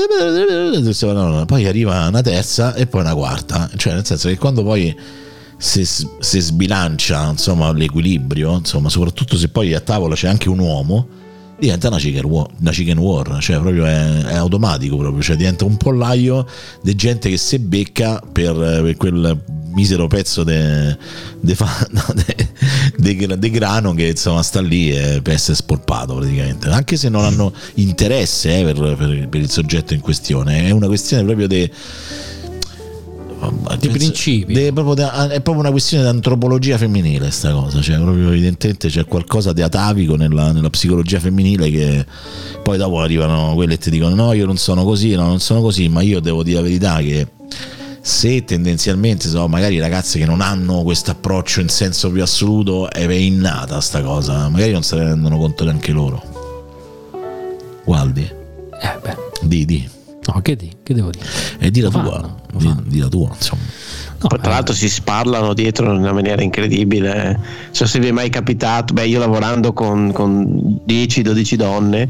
poi arriva una terza e poi una quarta, cioè nel senso che quando poi se, se sbilancia insomma l'equilibrio, insomma soprattutto se poi a tavola c'è anche un uomo, diventa una chicken war, una chicken war, cioè proprio è, è automatico proprio, cioè diventa un pollaio di gente che si becca per, per quel misero pezzo di no, grano che insomma sta lì e per essere spolpato praticamente, anche se non hanno interesse eh, per, per, per il soggetto in questione, è una questione proprio di di principi, de, proprio de, è proprio una questione di antropologia femminile sta cosa, cioè proprio evidentemente c'è qualcosa di atavico nella, nella psicologia femminile che poi dopo arrivano quelle e ti dicono no io non sono così, no non sono così, ma io devo dire la verità che se tendenzialmente so, magari ragazze che non hanno questo approccio in senso più assoluto è innata sta cosa, magari non se ne rendono conto neanche loro. Gualdi eh beh di di no che di che devo dire e di la lo tua fanno, di, di la tua insomma. No, tra l'altro si sparlano dietro in una maniera incredibile. So se vi è mai capitato, beh io lavorando con, con dieci dodici donne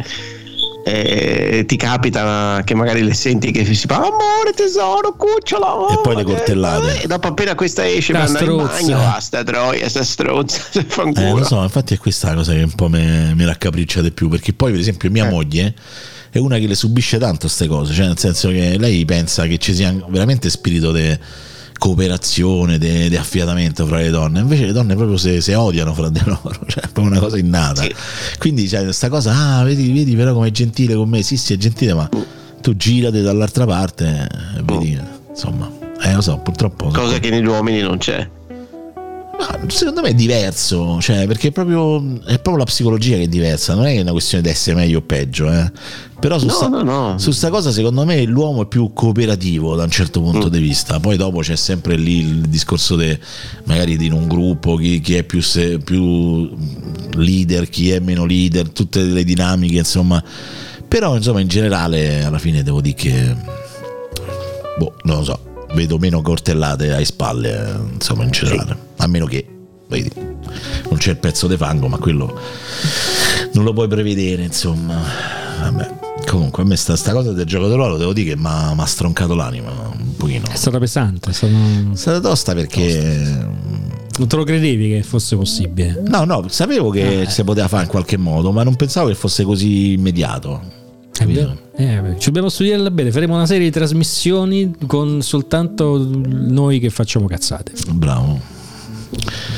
eh, ti capita che magari le senti che si parla amore tesoro cucciola oh, e poi le coltellate e dopo appena questa esce la per andare in bagno strozza. ah sta troia sta strozza eh, lo so, infatti è questa la cosa che un po' mi raccapriccia di più, perché poi per esempio mia eh. moglie è una che le subisce tanto queste cose, cioè nel senso che lei pensa che ci sia veramente spirito di cooperazione, di affiatamento fra le donne, invece le donne proprio se, se odiano fra di loro, cioè è proprio una cosa innata. Sì. Quindi c'è questa cosa, ah vedi, vedi però come è gentile con me, sì sì è gentile, ma tu girate dall'altra parte e vedi, insomma, eh lo so, purtroppo. Cosa so, che negli uomini non c'è. Ma secondo me è diverso, cioè perché è proprio, è proprio la psicologia che è diversa, non è una questione di essere meglio o peggio, eh. Però su, no, sta, no, no. su sta cosa secondo me l'uomo è più cooperativo da un certo punto mm. di vista, poi dopo c'è sempre lì il discorso de, magari di in un gruppo chi, chi è più, se, più leader, chi è meno leader, tutte le dinamiche insomma, però insomma in generale alla fine devo dire che boh, non lo so, vedo meno coltellate alle spalle insomma in generale, sì. A meno che vedi, non c'è il pezzo di fango, ma quello non lo puoi prevedere insomma. Vabbè, comunque a me sta, sta cosa del gioco di ruolo devo dire che mi ha stroncato l'anima un pochino, è stata pesante, è stata, è stata tosta perché tosta. Non te lo credevi che fosse possibile? No no, sapevo che eh. si poteva fare in qualche modo, ma non pensavo che fosse così immediato. Eh, ci dobbiamo studiare bene, faremo una serie di trasmissioni con soltanto noi che facciamo cazzate. Bravo.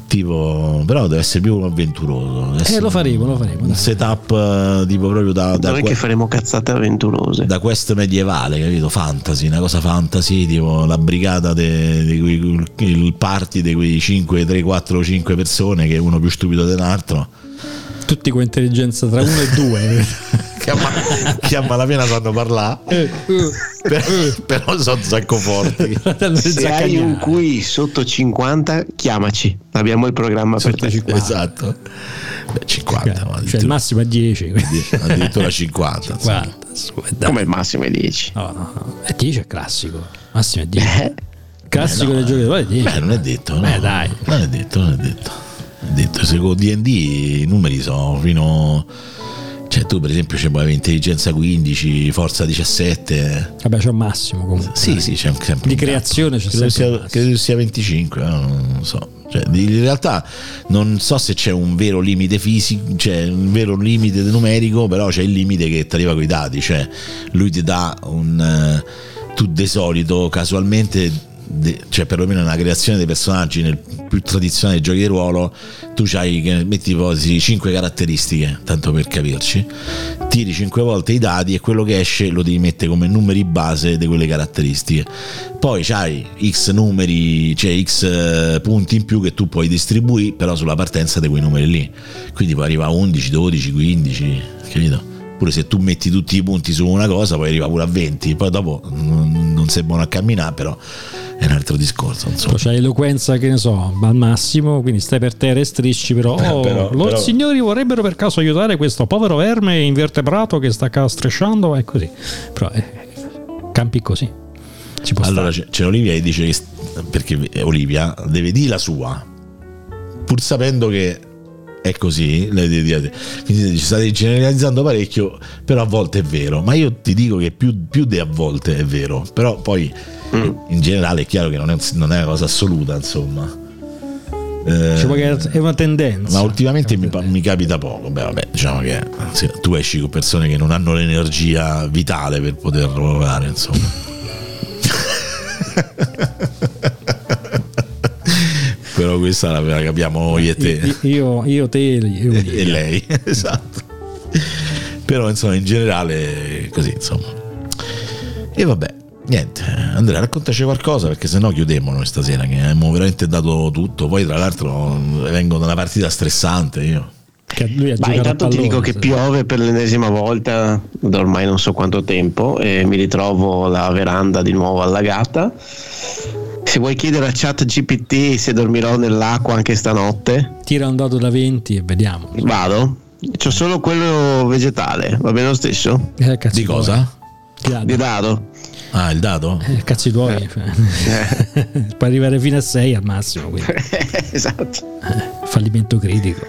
tipo, però deve essere più avventuroso. Deve Eh, lo faremo, lo faremo. Un dai. setup uh, tipo proprio da, da Non è che faremo cazzate avventurose. da quest medievale, capito? Fantasy, una cosa fantasy, tipo la brigata di quei, il party di quei cinque, tre, quattro, cinque persone, che è uno più stupido dell'altro. Tutti con intelligenza tra uno e due. Che a, che a malapena sanno parlare, però, però sono un sacco forti. Se hai un Q I sotto cinquanta, chiamaci, abbiamo il programma per te. Esatto. Beh, cinquanta, ma Cioè il massimo è dieci. addirittura cinquanta. cinquanta. Come il massimo è dieci. No, no, no. È dieci è classico. Massimo è dieci. Eh? Classico Eh, no, dei giochi è dieci. Beh, non è detto, no. Beh, dai. Non è detto, non è detto. È detto, se con D and D i numeri sono fino. Cioè, tu, per esempio, c'è poi intelligenza quindici, forza diciassette. Vabbè, c'è un massimo comunque. Sì, sì, c'è sempre Di un creazione c'è credo sempre un sia, massimo. credo sia venticinque, no? Non so. Cioè, in realtà non so se c'è un vero limite fisico, cioè un vero limite numerico, però c'è il limite che ti arriva con i dati. Cioè, lui ti dà un. Tu di solito, casualmente. De, cioè perlomeno nella creazione dei personaggi nel più tradizionale dei giochi di ruolo, tu c'hai, che metti ipotesi, cinque caratteristiche, tanto per capirci, tiri cinque volte i dadi e quello che esce lo devi mettere come numeri base di quelle caratteristiche. Poi c'hai x numeri, cioè x punti in più che tu puoi distribuire però sulla partenza di quei numeri lì, quindi poi arriva a undici, dodici, quindici, capito? Pure se tu metti tutti i punti su una cosa poi arriva pure a venti, poi dopo non, non sei buono a camminare, però è un altro discorso, insomma. C'è eloquenza, che ne so, al massimo, quindi stai per terra e strisci, però, Eh, oh, però- loro però- signori vorrebbero per caso aiutare questo povero verme invertebrato che sta ca- strisciando, è così. Però eh, campi così. Ci può Allora stare. c'è, c'è Olivia che dice che, perché Olivia deve dire la sua, pur sapendo che è così, lei deve dire, quindi dice, state generalizzando parecchio, però a volte è vero, ma io ti dico che più, più di a volte è vero, però poi in generale è chiaro che non è, non è una cosa assoluta, insomma. Eh, Ci può che è una tendenza. ma ultimamente mi, mi capita poco. Beh, vabbè, diciamo che se tu esci con persone che non hanno l'energia vitale per poterlo fare, insomma. Però questa la, la capiamo io e te Io, io te io e lei, esatto. Però insomma in generale così, insomma. E vabbè, niente, Andrea, raccontaci qualcosa, perché sennò chiudiamo noi stasera, che abbiamo veramente dato tutto. Poi tra l'altro vengo da una partita stressante io. Che lui ha Ma giocato intanto a ti pallone, dico che sì. piove per l'ennesima volta da ormai non so quanto tempo e mi ritrovo la veranda di nuovo allagata. Se vuoi chiedere a chat G P T se dormirò nell'acqua anche stanotte, Tira un dado da venti e vediamo. vado. C'ho solo quello vegetale, va bene lo stesso? Eh, cazzi Di tuoi. cosa? Di dado. Di dado. Ah, il dado? Eh, cazzi tuoi. Cioè. Puoi arrivare fino a sei al massimo, quindi. Esatto. Eh, fallimento critico.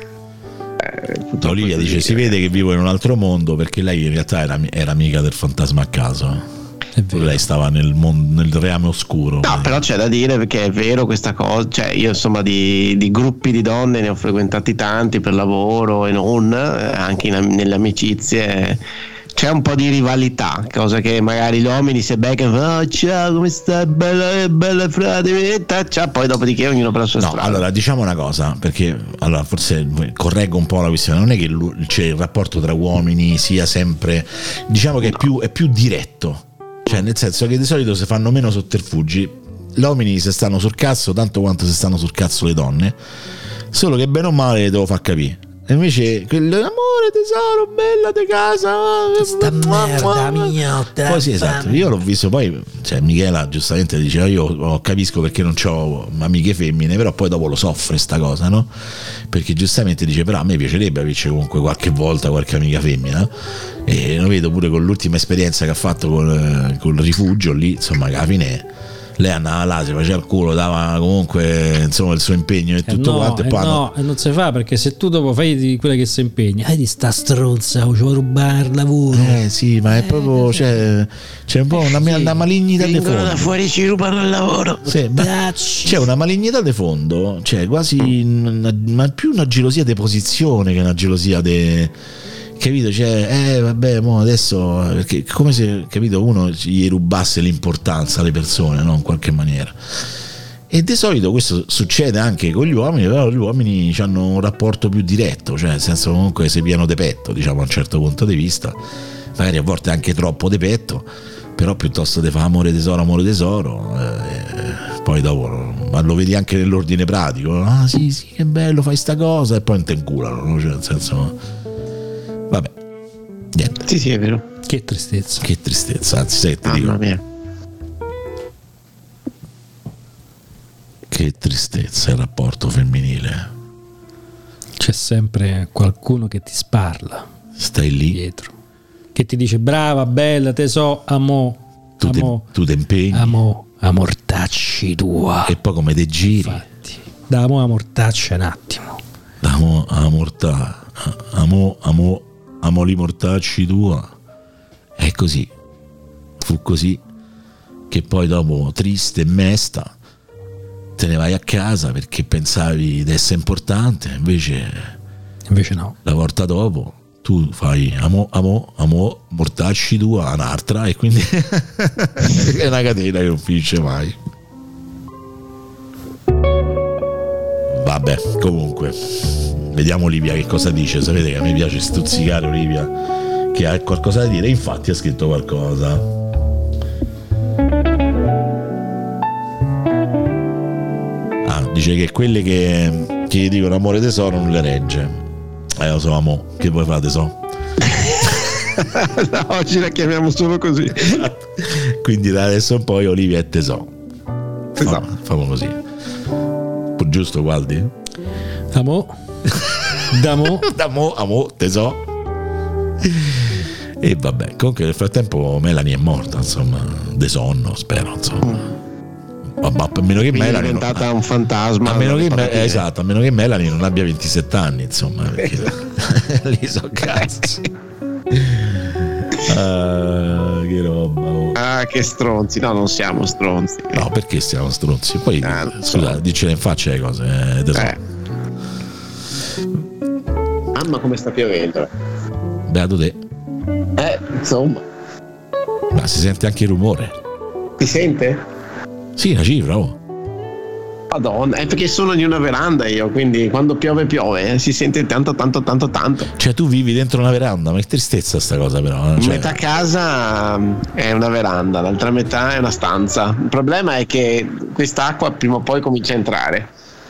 Olivia dice si vede che vivo in un altro mondo, perché lei in realtà era, era amica del fantasma a caso. È Pure vero. lei stava nel, mondo, nel reame oscuro. No, però c'è da dire perché è vero questa cosa, cioè io insomma di, di gruppi di donne ne ho frequentati tanti per lavoro e non, eh, anche in, nelle amicizie c'è un po' di rivalità, cosa che magari gli uomini si beccano, oh, ciao come stai, bella, bella frate, e taccia, poi dopodiché ognuno per la sua No, strada. allora diciamo una cosa, perché allora forse correggo un po' la questione, non è che lu- c'è il rapporto tra uomini sia sempre, diciamo che è, più, è più diretto, cioè nel senso che di solito si fanno meno sotterfugi, gli uomini si stanno sul cazzo tanto quanto si stanno sul cazzo le donne, solo che bene o male devo far capire. E invece quello, amore tesoro bella di casa, Sta merda mia, te la poi sì, esatto, fame. io l'ho visto, poi cioè Michela giustamente diceva io oh, capisco perché non ho amiche femmine, però poi dopo lo soffre sta cosa, no? Perché giustamente dice però a me piacerebbe averci comunque qualche volta qualche amica femmina, e lo vedo pure con l'ultima esperienza che ha fatto col, col rifugio lì, insomma che alla fine lei andava là, si faceva il culo, dava comunque insomma il suo impegno e Eh tutto no, quanto, e eh poi no, e non si fa, perché se tu dopo fai di quella che si impegna, eh, di sta stronza, ci vuoi rubare il lavoro. eh sì, ma è proprio cioè, c'è un po' una, una malignità di Vengono da fondo. fuori ci rubano il lavoro. Sì, ma Dacci. c'è una malignità di fondo, cioè quasi una, ma più una gelosia di posizione che una gelosia di, capito? Cioè, eh vabbè, mo adesso, perché come se, capito, uno gli rubasse l'importanza alle persone, no? In qualche maniera. E di solito questo succede anche con gli uomini, però gli uomini hanno un rapporto più diretto, cioè nel senso comunque sei pieno de petto, diciamo a un certo punto di vista, magari a volte anche troppo de petto, però piuttosto te fa amore tesoro, amore tesoro, eh, poi dopo, ma lo vedi anche nell'ordine pratico, ah sì sì che bello, fai sta cosa, e poi non te inculano, no? Cioè nel senso, vabbè, niente. Sì sì è vero. Che tristezza. Che tristezza, anzi sai che ti Mamma dico. mia. Che tristezza il rapporto femminile. C'è sempre qualcuno che ti sparla Stai lì, dietro, che ti dice brava, bella, te so, amo, tu te, amo, tu te impegni amo, amortacci tua. e poi come te giri, Infatti, da amo amortaccia un attimo. amo, amorta, amo, amo, amo li mortacci tua. È così, fu così che poi dopo, triste e mesta, te ne vai a casa perché pensavi di essere importante, invece Invece no. la volta dopo tu fai amo, amo, amo, mortacci tua, un'altra, e quindi è una catena che non finisce mai. Vabbè, comunque vediamo Olivia che cosa dice. Sapete che a me piace stuzzicare Olivia, che ha qualcosa da dire, infatti ha scritto qualcosa. Ah, dice che quelle che, che gli dicono amore tesoro non le regge. Eh lo so, amo, che vuoi fare tesoro? No, oggi la chiamiamo solo così. Quindi da adesso in poi Olivia è tesoro. Esatto. Fa- Famo così. Giusto, Gualdi? Amo, d'amo, Amo, amo, tesoro. E vabbè, comunque nel frattempo Melanie è morta, insomma, de sonno, spero, insomma. Ma, ma a meno che Quindi è Melanie diventata non, un fantasma. a meno che, non eh, esatto, a meno che Melanie non abbia ventisette anni, insomma, perché lì so cazzo. Ah, che roba. Oh. Ah, che stronzi. No, non siamo stronzi. No, perché siamo stronzi? Poi Ah, scusa, so. dicene in faccia le cose, eh, tesoro. Eh. Mamma come sta piovendo. Beato te. Eh, insomma. Ma si sente anche il rumore. Ti sente? Sì, una cifra, oh. Madonna, è perché sono in una veranda io, quindi quando piove piove, eh, si sente tanto tanto tanto tanto. Cioè tu vivi dentro una veranda, ma che tristezza sta cosa però. Cioè, Metà casa mm, è una veranda, l'altra metà è una stanza. Il problema è che quest'acqua prima o poi comincia a entrare.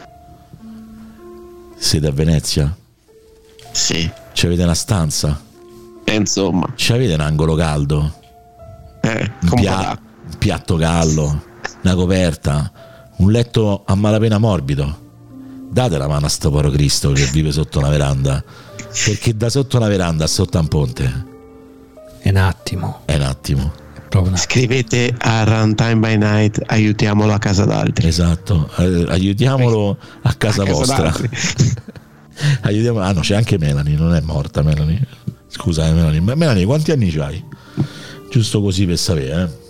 siete a Venezia? Sì. Ci avete una stanza? E insomma. Ci avete un angolo caldo? Eh, Un, con pia- un po' d'acqua. un piatto caldo? Una coperta? Un letto a malapena morbido? Date la mano a sto povero Cristo che vive sotto una veranda, perché da sotto una veranda a sotto un ponte È un attimo. è un attimo. Proprio un attimo. Scrivete a Runtime by Night, aiutiamolo a casa d'altri. Esatto, eh, aiutiamolo a casa A casa vostra. d'altri. Aiutiamo. Ah no, c'è anche Melanie, non è morta Melanie. Scusa eh, Melanie, ma Melanie quanti anni c'hai? Giusto così per sapere, eh.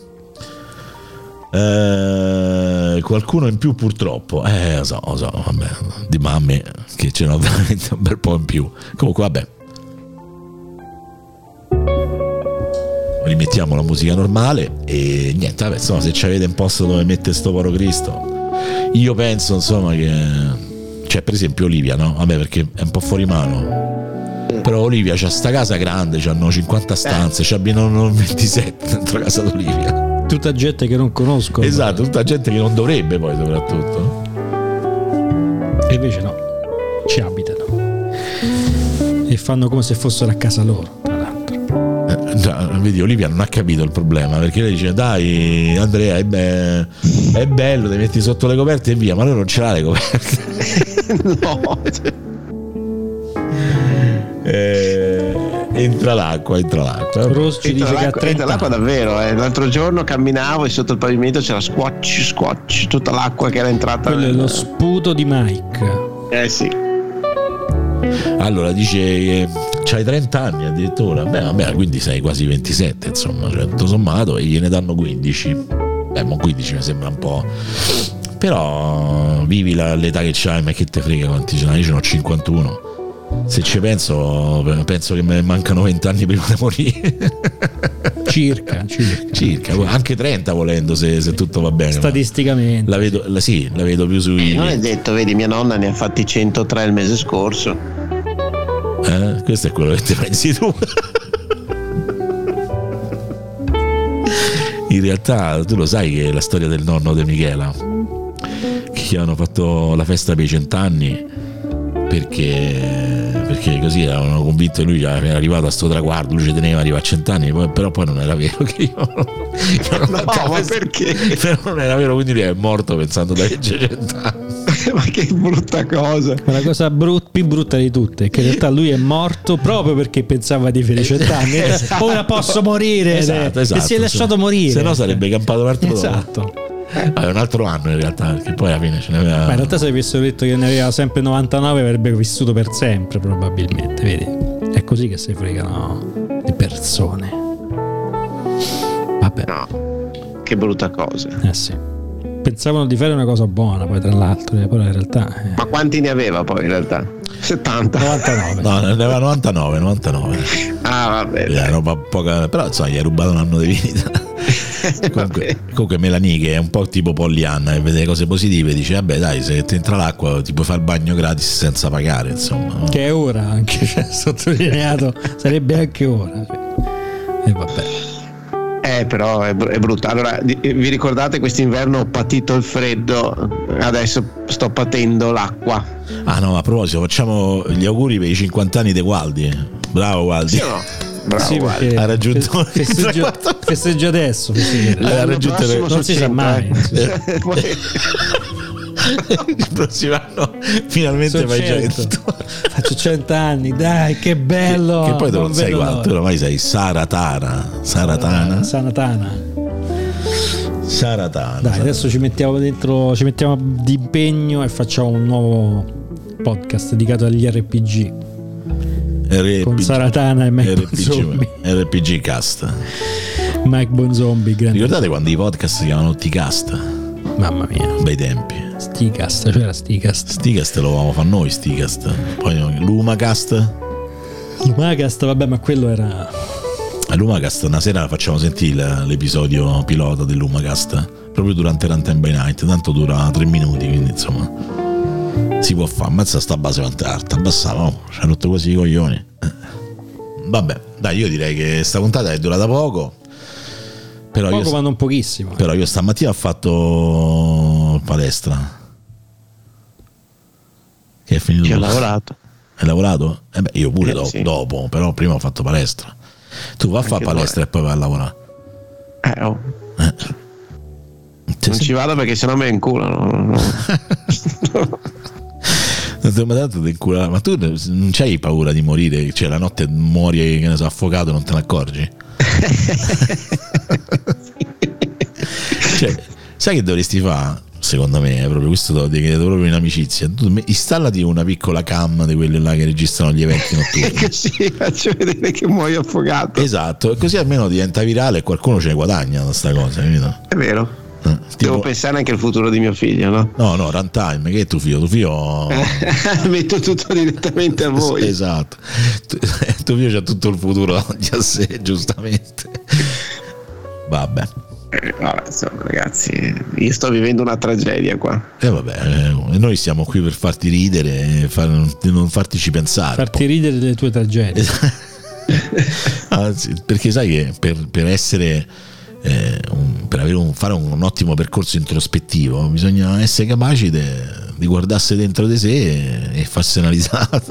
Eh, qualcuno in più purtroppo, eh lo so, lo so, vabbè, di mamme che ce n'ho veramente un bel po' in più. Comunque vabbè, rimettiamo la musica normale e niente, vabbè, insomma, se ci avete un posto dove mettere sto povero Cristo, io penso insomma che, cioè per esempio Olivia, no? Vabbè, perché è un po' fuori mano, però Olivia c'ha sta casa grande, c'hanno cinquanta stanze, ci abbiano ventisette dentro casa d'Olivia. Tutta gente che non conosco. Esatto, tutta gente che non dovrebbe poi soprattutto. E invece no, ci abitano. E fanno come se fossero a casa loro, tra l'altro. Eh, già, vedi, Olivia non ha capito il problema, perché lei dice dai Andrea è, be- è bello, ti metti sotto le coperte e via, ma lui non ce l'ha le coperte. No. eh, entra l'acqua, entra l'acqua. Ross ci dice Entra che ha l'acqua, trenta entra l'acqua anni. davvero, eh. L'altro giorno camminavo e sotto il pavimento c'era squatch squatch, tutta l'acqua che era entrata. Quello è nel- lo sputo di Mike. Eh sì. Allora dice che c'hai trenta anni addirittura. Beh vabbè, quindi sei quasi ventisette, insomma, cioè, tutto sommato, e gliene danno quindici. Beh, ma quindici mi sembra un po'. Però vivi la, l'età che c'hai, ma che te frega quanti ce n'hai? Io ce n'ho cinquantuno. Se ci penso, penso che me mancano vent'anni prima di morire. Circa, circa. Circa, anche trenta volendo, se, se tutto va bene. Statisticamente. La vedo, la, sì, la vedo più sui. Eh, non è detto, vedi, mia nonna ne ha fatti centotré il mese scorso. Eh, questo è quello che ti pensi tu. In realtà, tu lo sai che la storia del nonno di Michela, che hanno fatto la festa per i cent'anni perché perché così avevano convinto che lui era arrivato a sto traguardo, lui ci teneva arrivare a cent'anni, però poi non era vero che io, io non no, ma festa, perché? però non era vero, quindi lui è morto pensando da leggere cent'anni. Ma che brutta cosa. Ma la cosa brut- più brutta di tutte è che in realtà lui è morto proprio perché pensava di vivere cent'anni. Esatto. Ora posso morire, Esatto, e esatto, si è lasciato morire, se no sarebbe campato un altro esatto. Vabbè, un altro anno in realtà, perché poi alla fine ce ne aveva. Ma in realtà se avessero detto che ne aveva sempre novantanove avrebbe vissuto per sempre probabilmente, vedi? È così che si fregano le persone. Vabbè. No, che brutta cosa. Eh sì. Pensavano di fare una cosa buona poi tra l'altro, però in realtà eh. Ma quanti ne aveva poi in realtà? settanta. novantanove. No, ne aveva novantanove, novantanove. Ah, vabbè. Yeah, roba poca, però insomma gli ha rubato un anno di vita. comunque, comunque Melanie, che è un po' tipo Pollyanna e vede le cose positive, dice vabbè dai, se ti entra l'acqua ti puoi fare il bagno gratis senza pagare, insomma, no? Che è ora anche, cioè, sottolineato, sarebbe anche ora, cioè. E vabbè. Eh, però è, br- è brutto. Allora, di- vi ricordate quest'inverno ho patito il freddo, adesso sto patendo l'acqua. Ah no, a proposito, facciamo gli auguri per i cinquanta anni di Waldi. Bravo Waldi. Sì, no? Bravo, Sì, perché ha raggiunto fe- fesseggio, fesseggio adesso, fesseggio. Ha raggiunto le- non si sa mai. Eh. Poi- il prossimo anno finalmente Sono fai già cento. tutto. Faccio cento anni, dai, che bello. Che poi tu non Non sai vedo quanto, l'ora. ormai sei Saratana. Saratana. Sanatana. Saratana. Dai, adesso ci mettiamo dentro, ci mettiamo d'impegno e facciamo un nuovo podcast dedicato agli R P G R P G. con Saratana e Mike R P G, Bonzombie. R P G Cast. Mike Bonzombie, grande. Ricordate quando i podcast si chiamavano T-Cast? Mamma mia. Bei tempi. Sticast, c'era Sticast. Sticast lo volevamo fare noi, Sticast. Poi Lumacast. Lumacast, vabbè, ma quello era. A Lumacast una sera facciamo sentire l'episodio pilota del Lumacast proprio durante Runtime by Night, tanto dura tre minuti, quindi insomma si può fare. Ammazza sta base quanto è alta, abbassava, oh, ci ha rotto quasi i coglioni. Vabbè, dai, io direi che sta puntata è durata poco. Però Poco io, ma non pochissimo. però io stamattina ho fatto palestra. Che è finito. Ci ho lavorato. Hai lavorato? Eh beh, io pure Eh, dopo, sì. dopo, però prima ho fatto palestra. Tu vai a fare Anche palestra e poi vai a lavorare. Eh, oh. Eh. Non ci vado perché sennò me inculano. No, no. Non ti- ma tanto ti incula- ma tu non c'hai paura di morire? Cioè la notte muori, che ne so, affogato e non te ne accorgi? Cioè, sai che dovresti fare? Secondo me è proprio questo, te lo chiedo proprio in amicizia. Tu me- installati una piccola cam di quelle là che registrano gli eventi notturni. Così faccio vedere che muoio affogato. Esatto, e così almeno diventa virale e qualcuno ce ne guadagna da sta cosa, capito? È vero. Eh, Devo tipo- pensare anche al futuro di mio figlio, no? no, no, Runtime, che è tuo figlio? Tuo figlio. Metto tutto direttamente a voi. Esatto, Tu- tuo figlio c'ha tutto il futuro davanti a sé, giustamente. Vabbè. Eh, vabbè, insomma, ragazzi, io sto vivendo una tragedia qua. E vabbè, eh, noi siamo qui per farti ridere e far- non fartici pensare. Farti ridere delle tue tragedie. Anzi, perché sai che per, per essere eh, un, per avere un, fare un, un ottimo percorso introspettivo bisogna essere capaci de- di guardarsi dentro di sé e, e farsi una risata.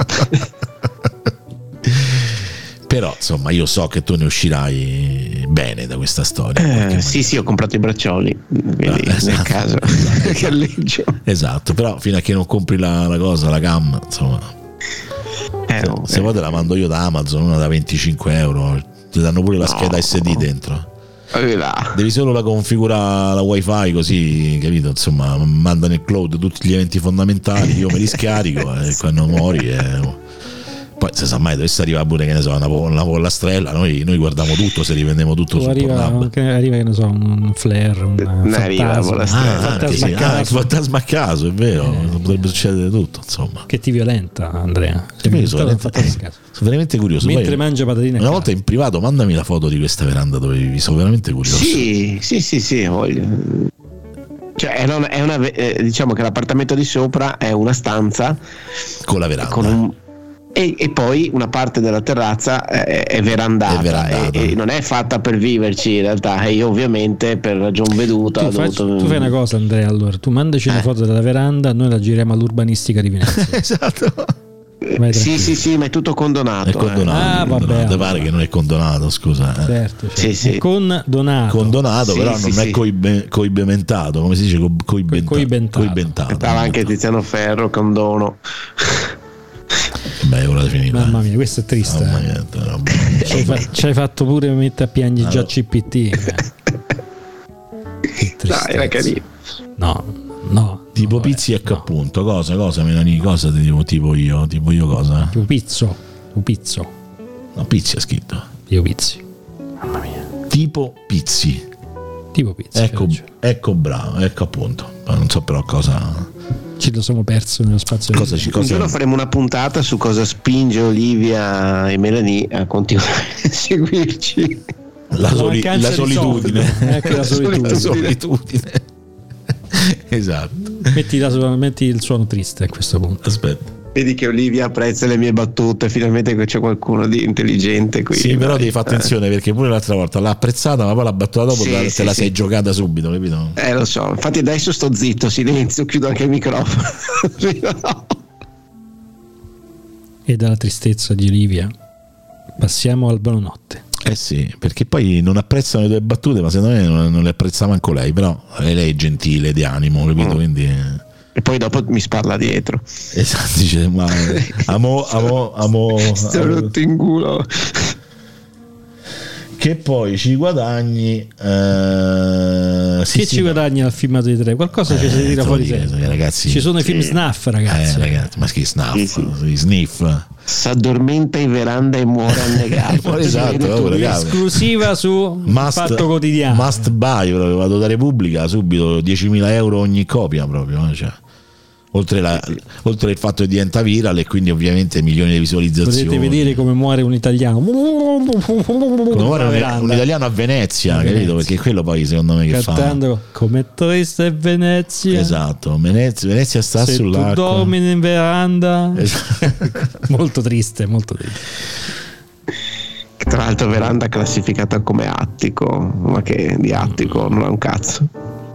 Però insomma io so che tu ne uscirai bene da questa storia. Eh, sì, sì, ho comprato i braccioli. Quindi, Ah, nel esatto. caso che alleggio. Esatto, però fino a che non compri la, la cosa, la cam, insomma, Eh, se, oh, se eh. poi te la mando io da Amazon, una da venticinque euro, ti danno pure la No. scheda S D dentro. Eh, là. Devi solo la configura la wifi, così, capito? Insomma, manda nel cloud tutti gli eventi fondamentali, io me li scarico e quando muori eh, poi se sa mai dovesse arrivare pure, che ne so, una, una pollastrella, noi, noi guardiamo tutto, se rivendiamo tutto su arriva, Pornhub. che arriva, che ne so, un flare, un fantasma, ah, fantasma, sì, ah, fantasma a caso, è vero, eh. potrebbe succedere tutto, insomma. Che ti violenta, Andrea. Sono veramente, eh, sono veramente curioso. Mentre poi, mangia patatine una volta in privato mandami la foto di questa veranda dove vivi, sono veramente curioso. Sì, sì, sì, sì, voglio. Cioè è una, è una eh, diciamo che l'appartamento di sopra è una stanza con la veranda con un, e, e poi una parte della terrazza è, è verandata, è verandata. E, e non è fatta per viverci in realtà, e io ovviamente per ragion veduta tu, ho fai, dovuto... tu fai una cosa, Andrea, allora tu mandaci eh. una foto della veranda, noi la giriamo all'urbanistica di Venezia. Esatto. Sì, sì, sì, ma è tutto condonato. È condonato. Eh. Ah, vabbè. Ti pare che non è condonato, scusa. Eh. Certo, certo. Sì, sì. Condonato. Condonato, sì, però sì, non sì. è coibe, coibementato, come si dice? Co, coibenta, coibentato. coibentato. Stava anche Tiziano Ferro, condono. Beh, ora finita. Mamma mia, questo è triste. Mamma Eh. mia, no. ci, hai fa, ci hai fatto pure mettere a piangere allora. Già C P T. No, era carino. No, no. Tipo no, pizzi eh, ecco no. appunto, cosa, cosa Melanie, cosa ti dico, tipo io, tipo io cosa? Tipo pizzo, un pizzo. No, pizzi ha scritto. Io pizzi. Mamma mia. Tipo pizzi. Tipo pizzi. Ecco, ecco bravo, ecco appunto. Non so però cosa. Ci lo siamo perso nello spazio. Cosa ci Un cosa... giorno faremo una puntata su cosa spinge Olivia e Melanie a continuare a seguirci. La, soli- la solitudine. Ecco la solitudine. La solitudine. Esatto. Metti, la, metti il suono triste a questo punto. Aspetta. Vedi che Olivia apprezza le mie battute, finalmente c'è qualcuno di intelligente qui. Sì, però devi fare attenzione, perché pure l'altra volta l'ha apprezzata, ma poi la battuta dopo sì, te sì, la sì. sei giocata subito, capito? Eh, lo so, infatti adesso sto zitto, silenzio, chiudo anche il microfono. E dalla tristezza di Olivia passiamo al buonanotte. Eh sì, perché poi non apprezzano le tue battute, ma secondo me non, non le apprezza manco lei, però lei è gentile, di animo, capito? Mm. Quindi... E poi dopo mi sparla dietro. Esatto, dice, ma amo, amo, amo, sto rotto in culo. Che poi ci guadagni eh, sì, che sì, ci no. guadagni al filmato di tre? Qualcosa eh, ci si tira fuori dire, sempre. Ragazzi, ci sono i film sì. snuff, ragazzi. Eh, ragazzi, ma che snuff? Sì, sì. Sì, sniff. S'addormenta in veranda e muore annegato. Esatto, oh, esclusiva su must, Fatto Quotidiano. Must buy, proprio, vado da Repubblica subito diecimila euro ogni copia proprio, cioè. Oltre, la, oltre il fatto che diventa viral e quindi ovviamente milioni di visualizzazioni. Potete vedere come muore un italiano, come muore un, un italiano a Venezia, capito? Venezia. Perché quello poi secondo me che cantando fa come triste è Venezia. Esatto, Venezia, Venezia sta se sull'acqua. Tu dormi in veranda. Esatto. Molto triste, molto triste. Tra l'altro veranda classificata come attico, ma che di attico non ha un cazzo.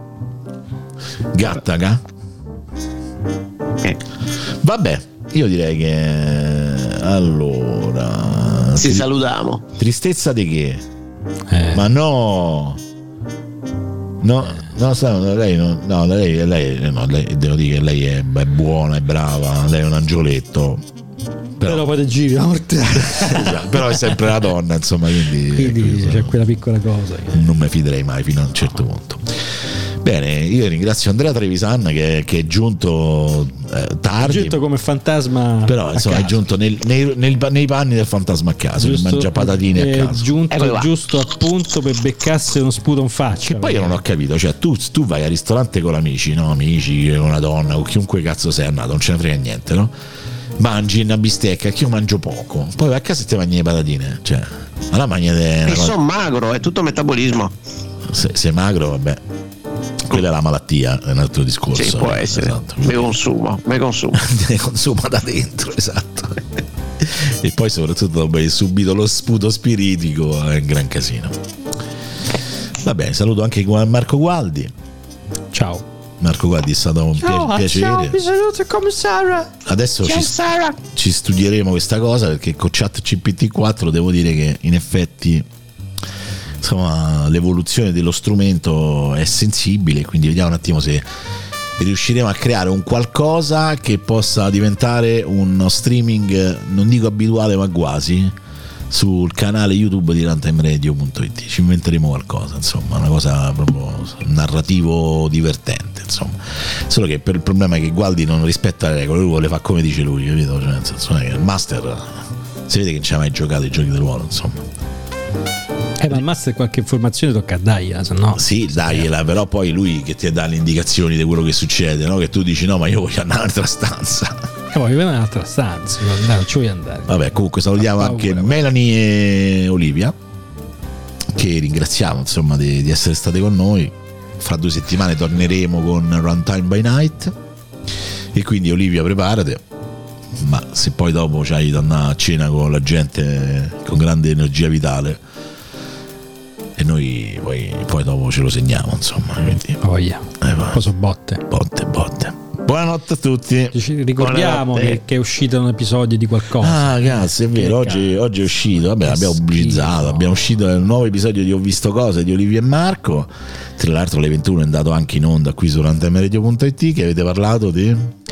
Gattaga. Eh. Vabbè, io direi che allora ci tri- salutiamo. Tristezza di che? Eh. Ma no, no, no, no, lei, no, no, lei, lei, no, lei, devo dire che lei è, è buona, è brava, lei è un angioletto. Però, però poi te giri la morte. Esatto, però è sempre una donna, insomma, quindi, quindi c'è quella piccola cosa che... non mi fiderei mai fino a un certo punto. Bene, io ringrazio Andrea Trevisan che, che è giunto eh, tardi. È giunto come fantasma. Però insomma è giunto nel, nei, nel, nei panni del fantasma a caso, che mangia patatine a caso. È giunto giusto appunto per beccarsi uno sputo in faccia. Che poi io non ho capito, cioè tu, tu vai al ristorante con amici, no? Amici, con una donna, o chiunque cazzo sei andato, non ce ne frega niente, no? Mangi una bistecca, che io mangio poco, poi vai a casa e ti mangi le patatine, cioè alla magnete. E sono magro, è tutto metabolismo. Se sei magro, vabbè. Quella è la malattia, è un altro discorso. Sì, può essere. Esatto. Me consumo, me consumo. Ne consuma da dentro, esatto. E poi soprattutto dopo hai subito lo sputo spiritico, è un gran casino. Va bene, saluto anche Marco Gualdi. Ciao. Marco Gualdi, è stato un ciao, piacere. Ciao, vi saluto come Sara. Adesso ciao, ci, Sara. ci studieremo questa cosa, perché con Chat G P T quattro devo dire che in effetti insomma l'evoluzione dello strumento è sensibile, quindi vediamo un attimo se riusciremo a creare un qualcosa che possa diventare uno streaming, non dico abituale ma quasi, sul canale YouTube di runtime radio punto it. Ci inventeremo qualcosa, insomma, una cosa proprio narrativo divertente, insomma. Solo che per il problema è che Gualdi non rispetta le regole, lui vuole fare come dice lui, capito? Cioè, nel senso, non è che il master si vede che non ci ha mai giocato i giochi del ruolo, insomma. Eh, ma al master qualche informazione tocca a dargliela, se no. Sì, dagliela, però poi lui che ti dà le indicazioni di quello che succede, no? Che tu dici no, ma io voglio andare in un'altra stanza. E poi in un'altra stanza, non ci vuoi andare. Vabbè, comunque salutiamo anche Melanie e Olivia, che ringraziamo insomma di, di essere state con noi. Fra due settimane torneremo con Runtime by Night e quindi Olivia preparate, ma se poi dopo c'hai da andare a cena con la gente con grande energia vitale e noi poi, poi dopo ce lo segniamo, insomma, quindi oh yeah. eh, Cosa botte botte botte. Buonanotte a tutti. Ci ricordiamo che, che è uscito un episodio di qualcosa. Ah, cazzo, è vero, oggi, oggi è uscito. Vabbè, l'abbiamo pubblicizzato. Abbiamo uscito il nuovo episodio di Ho visto cose di Olivia e Marco. Tra l'altro, alle ventuno è andato anche in onda qui su runtime-radio punto it, che avete parlato di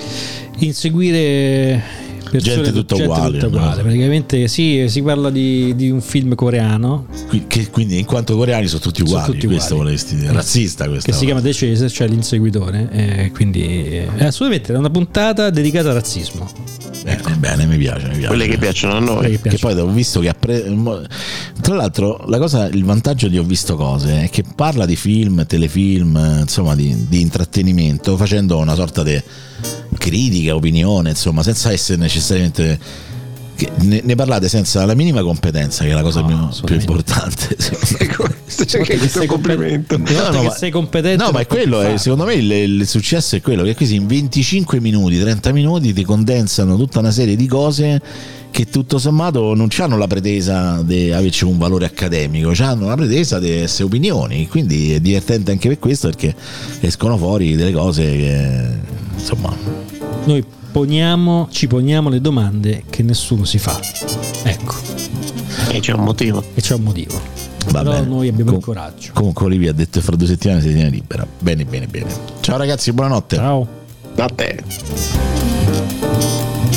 inseguire persone, gente tutta gente uguale, tutta uguale. No? Praticamente sì, si parla di, di un film coreano che quindi in quanto coreani sono tutti uguali, sono tutti questo uguali. Vorresti dire razzista questa che si chiama The Chaser, cioè l'inseguitore, eh, quindi eh, assolutamente è una puntata dedicata al razzismo. Ecco. Eh, bene, mi piace, mi piace. Quelle che piacciono a noi, che, che poi ho visto che appre- tra l'altro la cosa, il vantaggio di Ho visto cose è che parla di film, telefilm, insomma di, di intrattenimento, facendo una sorta di critica, opinione, insomma, senza essere necessariamente che ne, ne parlate senza la minima competenza, che è la cosa no, più, più importante. C'è che questo complimento. No, no, che ma, sei competente. No, ma è quello, è, secondo me il, il successo è quello che così in venticinque minuti, trenta minuti ti condensano tutta una serie di cose che tutto sommato non hanno la pretesa di averci un valore accademico, hanno la pretesa di essere opinioni, quindi è divertente anche per questo, perché escono fuori delle cose che insomma noi poniamo, ci poniamo le domande che nessuno si fa, ecco, e c'è un motivo e c'è un motivo Va però bene. noi abbiamo Com- il coraggio. Comunque Olivia ha detto che fra due settimane si tiene libera. Bene bene bene. Ciao ragazzi, buonanotte. Ciao a te.